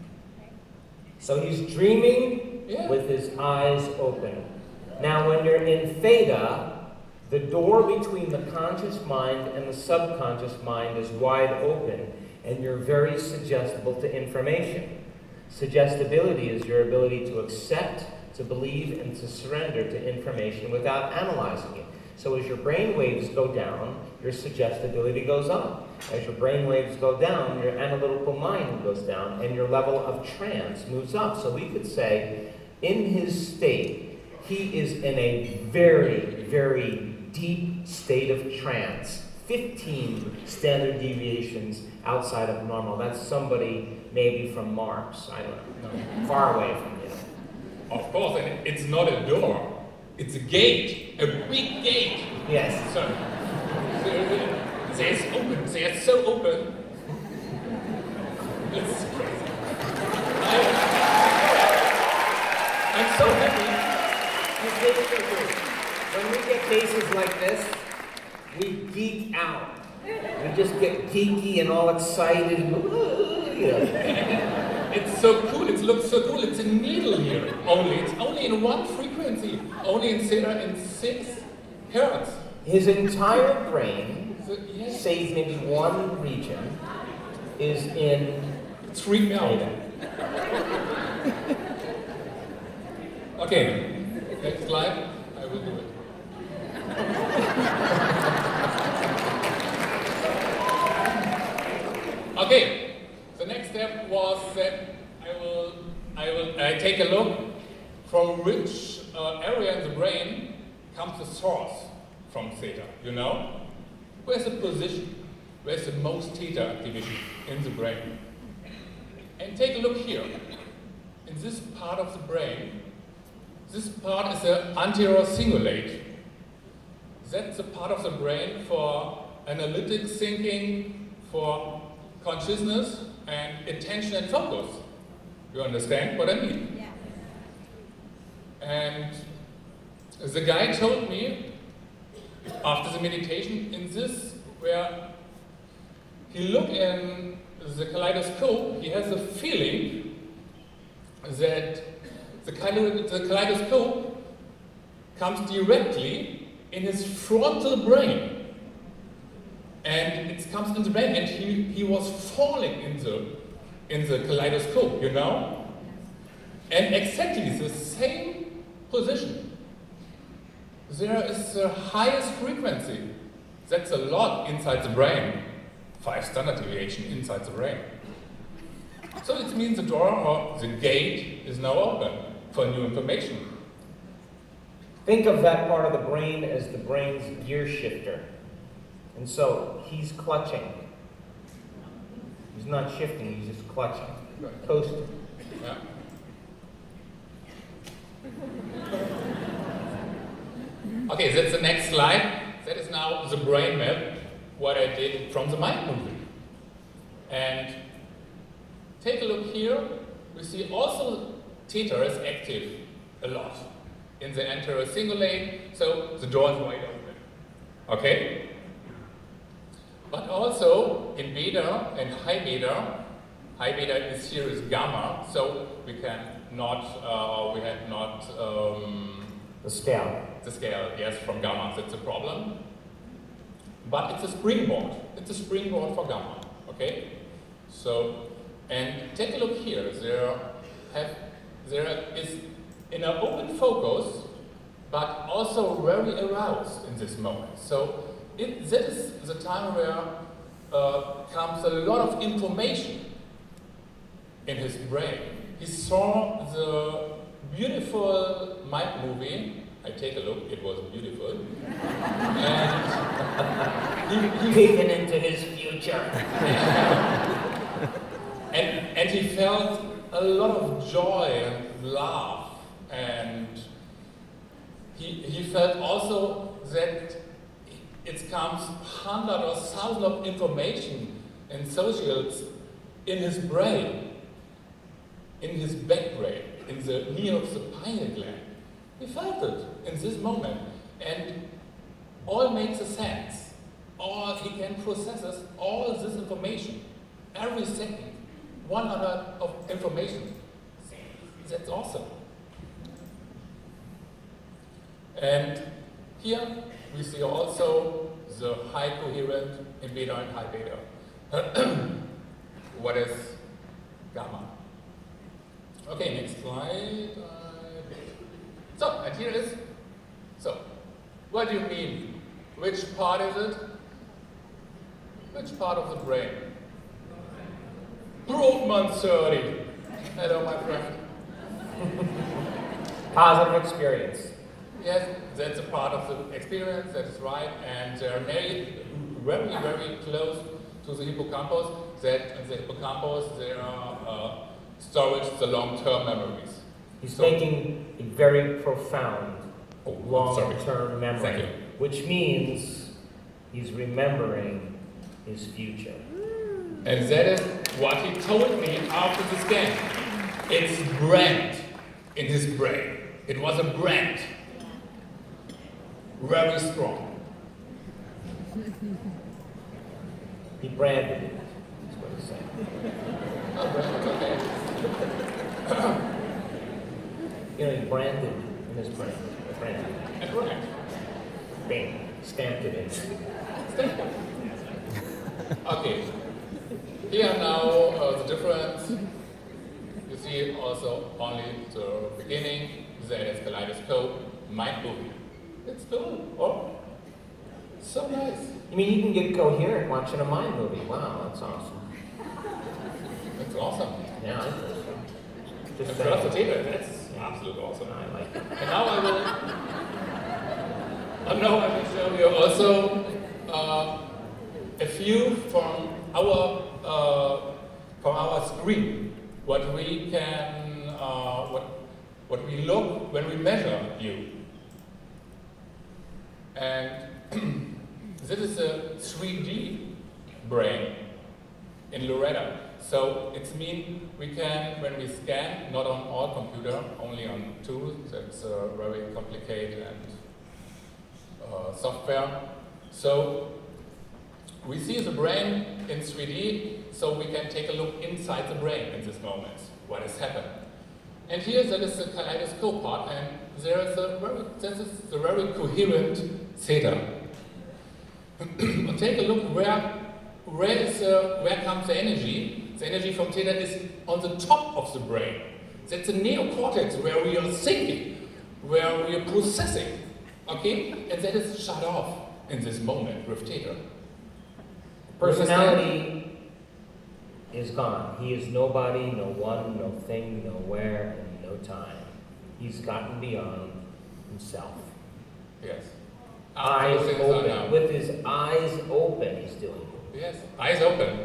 Speaker 4: So he's dreaming with his eyes open. Now when you're in theta, the door between the conscious mind and the subconscious mind is wide open and you're very suggestible to information. Suggestibility is your ability to accept, to believe, and to surrender to information without analyzing it. So as your brain waves go down, your suggestibility goes up. As your brain waves go down, your analytical mind goes down, and your level of trance moves up. So we could say, in his state, he is in a very, very deep state of trance. 15 standard deviations outside of normal. That's somebody maybe from Mars, I don't know, far away from you.
Speaker 2: Of course, and it's not a door. It's a gate, a big gate.
Speaker 4: Yes.
Speaker 2: So, they're open, they're so open. It's crazy. I'm so happy.
Speaker 4: When we get cases like this, we geek out. We just get geeky and all excited.
Speaker 2: It's so cool, it looks so cool. It's a needle here only. It's only in one frequency, only in theta in 6 hertz.
Speaker 4: His entire brain,
Speaker 2: Yes.
Speaker 4: save maybe one region, is in
Speaker 2: It's freaked me out.
Speaker 4: theta.
Speaker 2: Okay, next slide. I will do it. Okay, the next step was that I take a look from which area in the brain comes the source from theta, you know? Where's the position? Where's the most theta activity in the brain? And take a look here. In this part of the brain, this part is the anterior cingulate. That's the part of the brain for analytic thinking, for consciousness and attention and focus. You understand what I mean?
Speaker 5: Yeah.
Speaker 2: And the guy told me after the meditation in this where he looked in the kaleidoscope, he has a feeling that the kaleidoscope comes directly in his frontal brain. And it comes in the brain, and he was falling in the kaleidoscope, you know? And exactly the same position. There is the highest frequency. That's a lot inside the brain. 5 standard deviation inside the brain. So it means the door or the gate is now open for new information.
Speaker 4: Think of that part of the brain as the brain's gear shifter. And so he's clutching. He's not shifting, he's just clutching, coasting.
Speaker 2: Yeah. Okay, that's the next slide. That is now the brain map, what I did from the mind movie. And take a look here. We see also theta is active a lot in the anterior cingulate, so the door is wide open. Okay? But also in beta and high beta is here is gamma, so we had not
Speaker 4: The scale.
Speaker 2: the scale, yes, from gamma, that's a problem. But it's a springboard for gamma, okay? So, and take a look here, there is in an open focus, but also very aroused in this moment. So, that is the time where comes a lot of information in his brain. He saw the beautiful mind movie. I take a look, it was beautiful. And he
Speaker 4: Peeking into his future.
Speaker 2: and he felt a lot of joy and laugh, and he felt also that it comes 100 or 1,000 of information and socials in his brain, in his back brain, in the near of the pineal gland. He felt it in this moment, and all makes a sense. All he can process all this information every second, 100 of information. That's awesome. And here we see also the high coherent in beta and high beta. What is gamma? Okay, next slide. So, and here is, so, what do you mean? Which part is it? Which part of the brain? Broadman 30. Hello, my friend.
Speaker 4: Positive experience.
Speaker 2: Yes, that's a part of the experience, that is right, and they're very, very close to the hippocampus, that in the hippocampus there are storage the long-term memories.
Speaker 4: He's making a very profound long-term
Speaker 2: Thank
Speaker 4: memory,
Speaker 2: you.
Speaker 4: which means he's remembering his future.
Speaker 2: And that is what he told me after the scan. It's brand in his brain. It was a brand. Very strong.
Speaker 4: He branded it, that's what he's saying.
Speaker 2: Okay.
Speaker 4: You know, he branded in his brain. Branded.
Speaker 2: And right.
Speaker 4: Bing. Stamped it in.
Speaker 2: Okay. Here now the difference. You see also only the beginning. There is Kaleidoscope, Mind Movie. It's cool. Oh, so nice.
Speaker 4: You mean you can get coherent watching a mind movie? Wow, that's awesome.
Speaker 2: That's awesome.
Speaker 4: Yeah, I think so. Just
Speaker 2: And
Speaker 4: saying.
Speaker 2: plus the table, that's absolutely awesome.
Speaker 4: I like it.
Speaker 2: And now I will show you also a view from our screen. What we can, what we look when we measure you. And this is a 3D brain in Loretta. So it means we can, when we scan, not on all computer, only on two. That's very complicated and software. So we see the brain in 3D, so we can take a look inside the brain in this moment. What has happened? And here that is the kaleidoscope part, and there is this is the very coherent theta. And take a look where comes the energy. The energy from theta is on the top of the brain. That's the neocortex where we are thinking, where we are processing. Okay? And that is shut off in this moment with theta.
Speaker 4: Personality is gone. He is nobody, no one, no thing, no where, and no time. He's gotten beyond himself.
Speaker 2: Yes.
Speaker 4: Eyes
Speaker 2: Those things are
Speaker 4: open.
Speaker 2: now.
Speaker 4: With his eyes open, he's doing it.
Speaker 2: Yes, eyes open.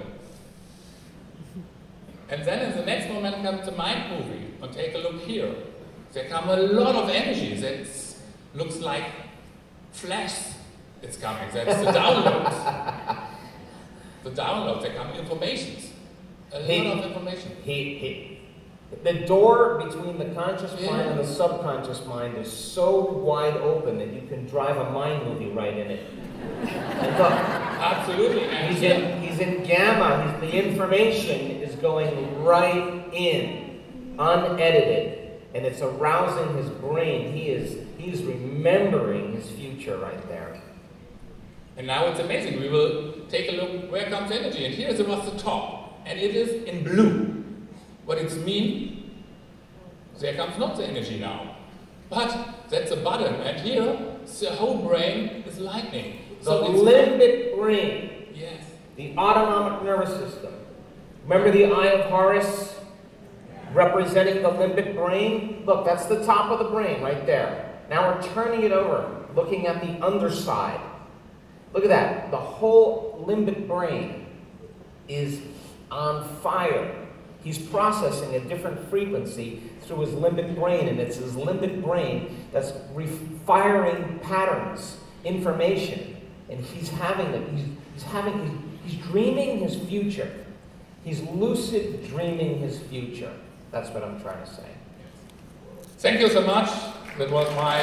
Speaker 2: And then in the next moment comes the mind movie. And take a look here. There come a lot of energy that looks like flash. It's coming. That's the downloads. The downloads. There come informations. A lot of information.
Speaker 4: The door between the conscious mind and the subconscious mind is so wide open that you can drive a mind movie right in it. And look,
Speaker 2: Absolutely. And
Speaker 4: he's in gamma. The information is going right in, unedited, and it's arousing his brain. He's remembering his future right there.
Speaker 2: And now it's amazing. We will take a look where comes energy. And here is was the top. And it is in blue. What it means, there comes not the energy now. But that's a button. And here, the whole brain is lightning.
Speaker 4: The limbic brain.
Speaker 2: Yes.
Speaker 4: The autonomic nervous system. Remember the Eye of Horus representing the limbic brain? Look, that's the top of the brain right there. Now we're turning it over, looking at the underside. Look at that. The whole limbic brain is on fire. He's processing a different frequency through his limbic brain, and it's his limbic brain that's firing patterns, information, and he's dreaming his future. He's lucid dreaming his future. That's what I'm trying to say.
Speaker 2: Thank you so much. That was my...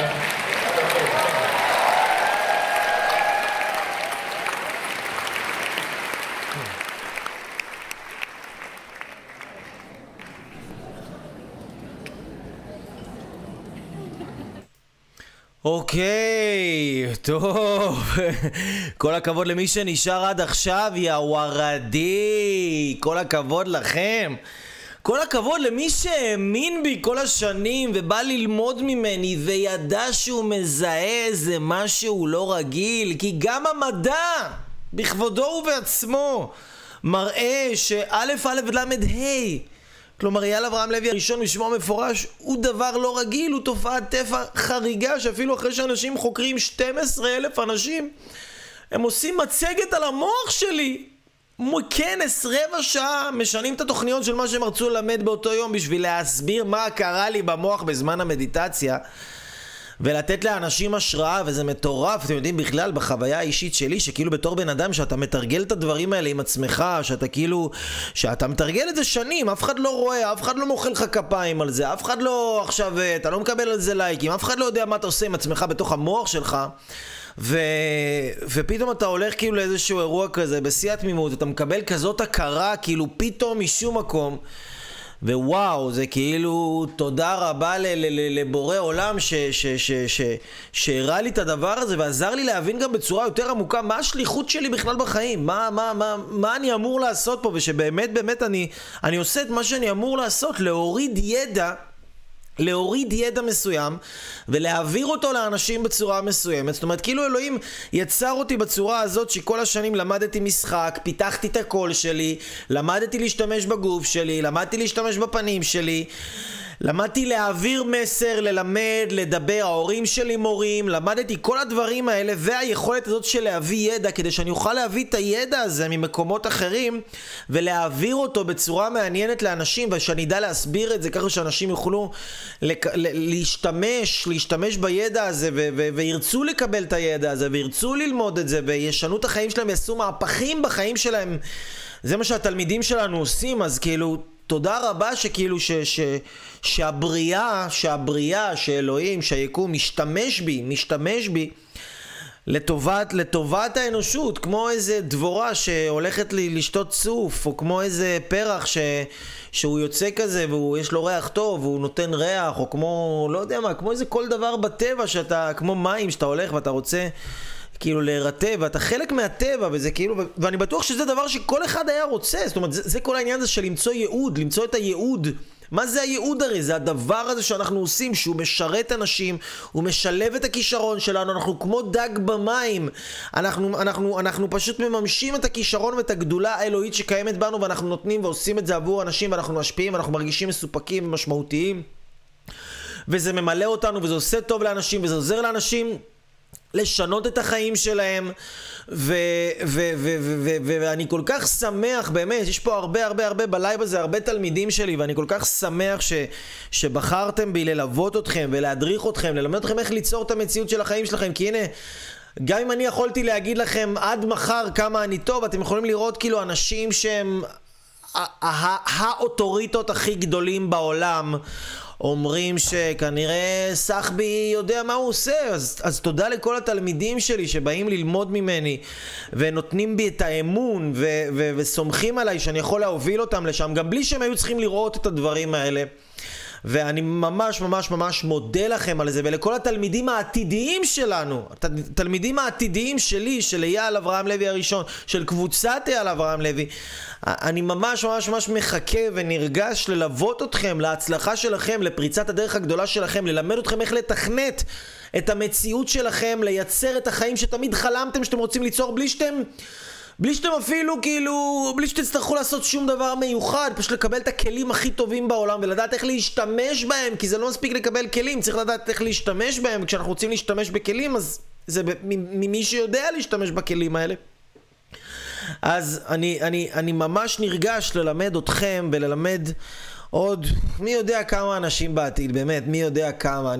Speaker 1: אוקיי, טוב, כל הכבוד למי שנשאר עד עכשיו, יא וורדי, כל הכבוד לכם, כל הכבוד למי שהאמין בי כל השנים ובא ללמוד ממני וידע שהוא מזהה איזה משהו לא רגיל, כי גם המדע בכבודו ובעצמו מראה שא' למד ה' כלומר, אייל אברהם לוי הראשון משמו מפורש הוא דבר לא רגיל, הוא תופעת טבע חריגה שאפילו אחרי שאנשים חוקרים 12,000 אנשים הם עושים מצגת על המוח שלי, כנס רבע שעה, משנים את התוכניות של מה שהם רצו ללמד באותו יום בשביל להסביר מה קרה לי במוח בזמן המדיטציה. ולתת לאנשים השראה, וזה מטורף. אתם יודעים בכלל בחוויה האישית שלי, שכאילו בתור בן אדם שאתה מתרגל את הדברים האלה עם עצמך, שאתה כאילו, שאתה מתרגל את זה שנים, אף אחד לא רואה, אף אחד לא מוחא לך כפיים על זה, אף אחד לא עכשיו, אתה לא מקבל על זה לייקים, אף אחד לא יודע מה אתה עושה עם עצמך בתוך המוח שלך. ופתאום אתה הולך כאילו לאיזשהו אירוע כזה בשיא התמימות, אתה מקבל כזאת הכרה כאילו פתאום משום מקום, ווואו, זה כאילו תודה רבה לבורא עולם שהראה לי את הדבר הזה ועזר לי להבין גם בצורה יותר עמוקה מה השליחות שלי בכלל בחיים, מה אני אמור לעשות פה, ושבאמת באמת אני עושה את מה שאני אמור לעשות, להוריד ידע מסוים ולהעביר אותו לאנשים בצורה מסוימת. זאת אומרת, כאילו אלוהים יצר אותי בצורה הזאת שכל השנים למדתי משחק, פיתחתי את הקול שלי, למדתי להשתמש בגוף שלי, למדתי להשתמש בפנים שלי, למדתי להעביר מסר, ללמד, לדבר, ההורים שלי מורים, למדתי כל הדברים האלה, והיכולת הזאת של להביא ידע, כדי שאני אוכל להביא את הידע הזה ממקומות אחרים, ולהעביר אותו בצורה מעניינת לאנשים, ושאני אדע להסביר את זה ככה שאנשים יוכלו להשתמש בידע הזה, וירצו לקבל את הידע הזה, וירצו ללמוד את זה, וישנו את החיים שלהם, יעשו מהפכים בחיים שלהם. זה מה שהתלמידים שלנו עושים, אז כאילו, תודה רבה שכאילו שהבריאה, שאלוהים, שהיקום משתמש בי לטובת האנושות, כמו איזה דבורה שהולכת לשתות צוף, או כמו איזה פרח שהוא יוצא כזה ויש לו ריח טוב והוא נותן ריח, או כמו, לא יודע מה, כמו איזה כל דבר בטבע שאתה, כמו מים שאתה הולך ואתה רוצה כאילו להירטב, ואתה חלק מהטבע, וזה כאילו, ואני בטוח שזה דבר שכל אחד היה רוצה. זאת אומרת, זה כל העניין הזה של למצוא ייעוד, למצוא את הייעוד. מה זה הייעוד הרי? זה הדבר הזה שאנחנו עושים, שהוא משרת אנשים, הוא משלב את הכישרון שלנו, אנחנו כמו דג במים, אנחנו פשוט מממשים את הכישרון ואת הגדולה האלוהית שקיימת בנו, ואנחנו נותנים ועושים את זה עבור אנשים, ואנחנו משפיעים, ואנחנו מרגישים מסופקים ומשמעותיים, וזה ממלא אותנו, וזה עושה טוב לאנשים, וזה עוזר לאנשים לשנות את החיים שלהם, ואני כל כך שמח, באמת, יש פה הרבה בלייב הזה, הרבה תלמידים שלי, ואני כל כך שמח שבחרתם בי ללוות אתכם ולהדריך אתכם, ללמד אתכם איך ליצור את המציאות של החיים שלכם, כי הנה, גם אם אני יכולתי להגיד לכם עד מחר כמה אני טוב, אתם יכולים לראות כאילו אנשים שהם האוטוריטות הכי גדולים בעולם, אומרים שכנראה סחבי יודע מה הוא עושה. אז תודה לכל התלמידים שלי שבאים ללמוד ממני ונותנים בי את האמון וסומכים עליי שאני יכול להוביל אותם לשם, גם בלי שהם היו צריכים לראות את הדברים האלה. ואני ממש מודה לכם על זה, ולכל התלמידים העתידיים שלנו, התלמידים העתידיים שלי, של אייל אברהם לוי הראשון, של קבוצת אייל אברהם לוי, אני ממש מחכה ונרגש ללוות אתכם להצלחה שלכם, לפריצת הדרך הגדולה שלכם, ללמד אתכם איך לתכנת את המציאות שלכם, לייצר את החיים שתמיד חלמתם שאתם רוצים ליצור, בלי שאתם אפילו כאילו, בלי שתצטרכו לעשות שום דבר מיוחד, פשוט לקבל את הכלים הכי טובים בעולם ולדעת איך להשתמש בהם, כי זה לא מספיק לקבל כלים, צריך לדעת איך להשתמש בהם, וכשאנחנו רוצים להשתמש בכלים, אז זה ממי שיודע להשתמש בכלים האלה. אז אני ממש נרגש ללמד אתכם וללמד עוד מי יודע כמה אנשים בעתיד, באמת, מי יודע כמה,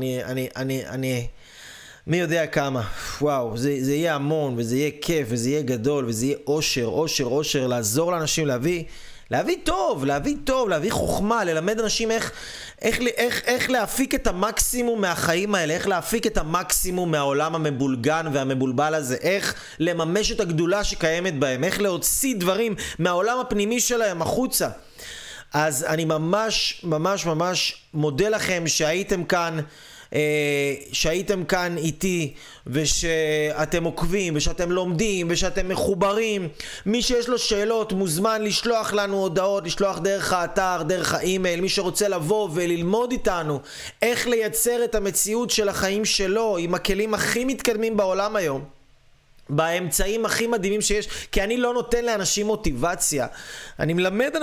Speaker 1: מי יודע כמה, וואו, זה יהיה המון, וזה יהיה כיף, וזה יהיה גדול, וזה יהיה אושר, לעזור לאנשים, להביא טוב, להביא חוכמה, ללמד אנשים איך להפיק את המקסימום מהחיים האלה, איך להפיק את המקסימום מהעולם המבולגן והמבולבל הזה, איך לממש את הגדולה שקיימת בהם, איך להוציא דברים מהעולם הפנימי שלהם החוצה. אז אני ממש מודה לכם שהייתם כאן איתי, ושאתם עוקבים, ושאתם לומדים, ושאתם מחוברים. מי שיש לו שאלות מוזמן לשלוח לנו הודעות, לשלוח דרך האתר, דרך האימייל. מי שרוצה לבוא וללמוד איתנו איך לייצר את המציאות של החיים שלו עם הכלים הכי מתקדמים בעולם היום, באמצעים הכי מדהימים שיש, כי אני לא נותן לאנשים מוטיבציה, אני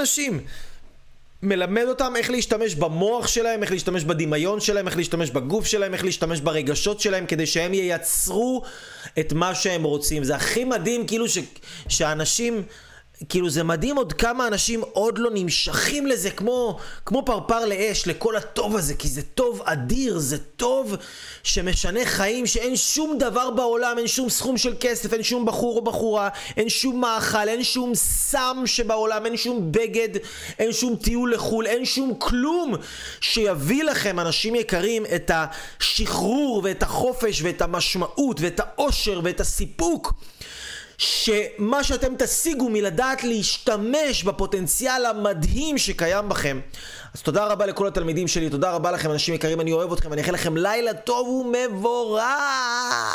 Speaker 1: מלמד אותם איך להשתמש במוח שלהם, איך להשתמש בדמיון שלהם, איך להשתמש בגוף שלהם, איך להשתמש ברגשות שלהם, כדי שהם ייצרו את מה שהם רוצים. זה הכי מדהים, כאילו שאנשים כאילו זה מדהים עוד כמה אנשים עוד לא נמשכים לזה כמו פרפר לאש, לכל הטוב הזה, כי זה טוב אדיר, זה טוב שמשנה חיים, שאין שום דבר בעולם, אין שום סכום של כסף, אין שום בחור או בחורה, אין שום מאכל, אין שום סם שבעולם, אין שום בגד, אין שום טיול לחול, אין שום כלום שיביא לכם, אנשים יקרים, את השחרור ואת החופש ואת המשמעות ואת האושר ואת הסיפוק שמה שאתם תשיגו מלדעת להשתמש בפוטנציאל המדהים שקיים בכם. אז תודה רבה לכל התלמידים שלי, תודה רבה לכם אנשים יקרים, אני אוהב אתכם, אני אאחל לכם לילה טוב ומבורך.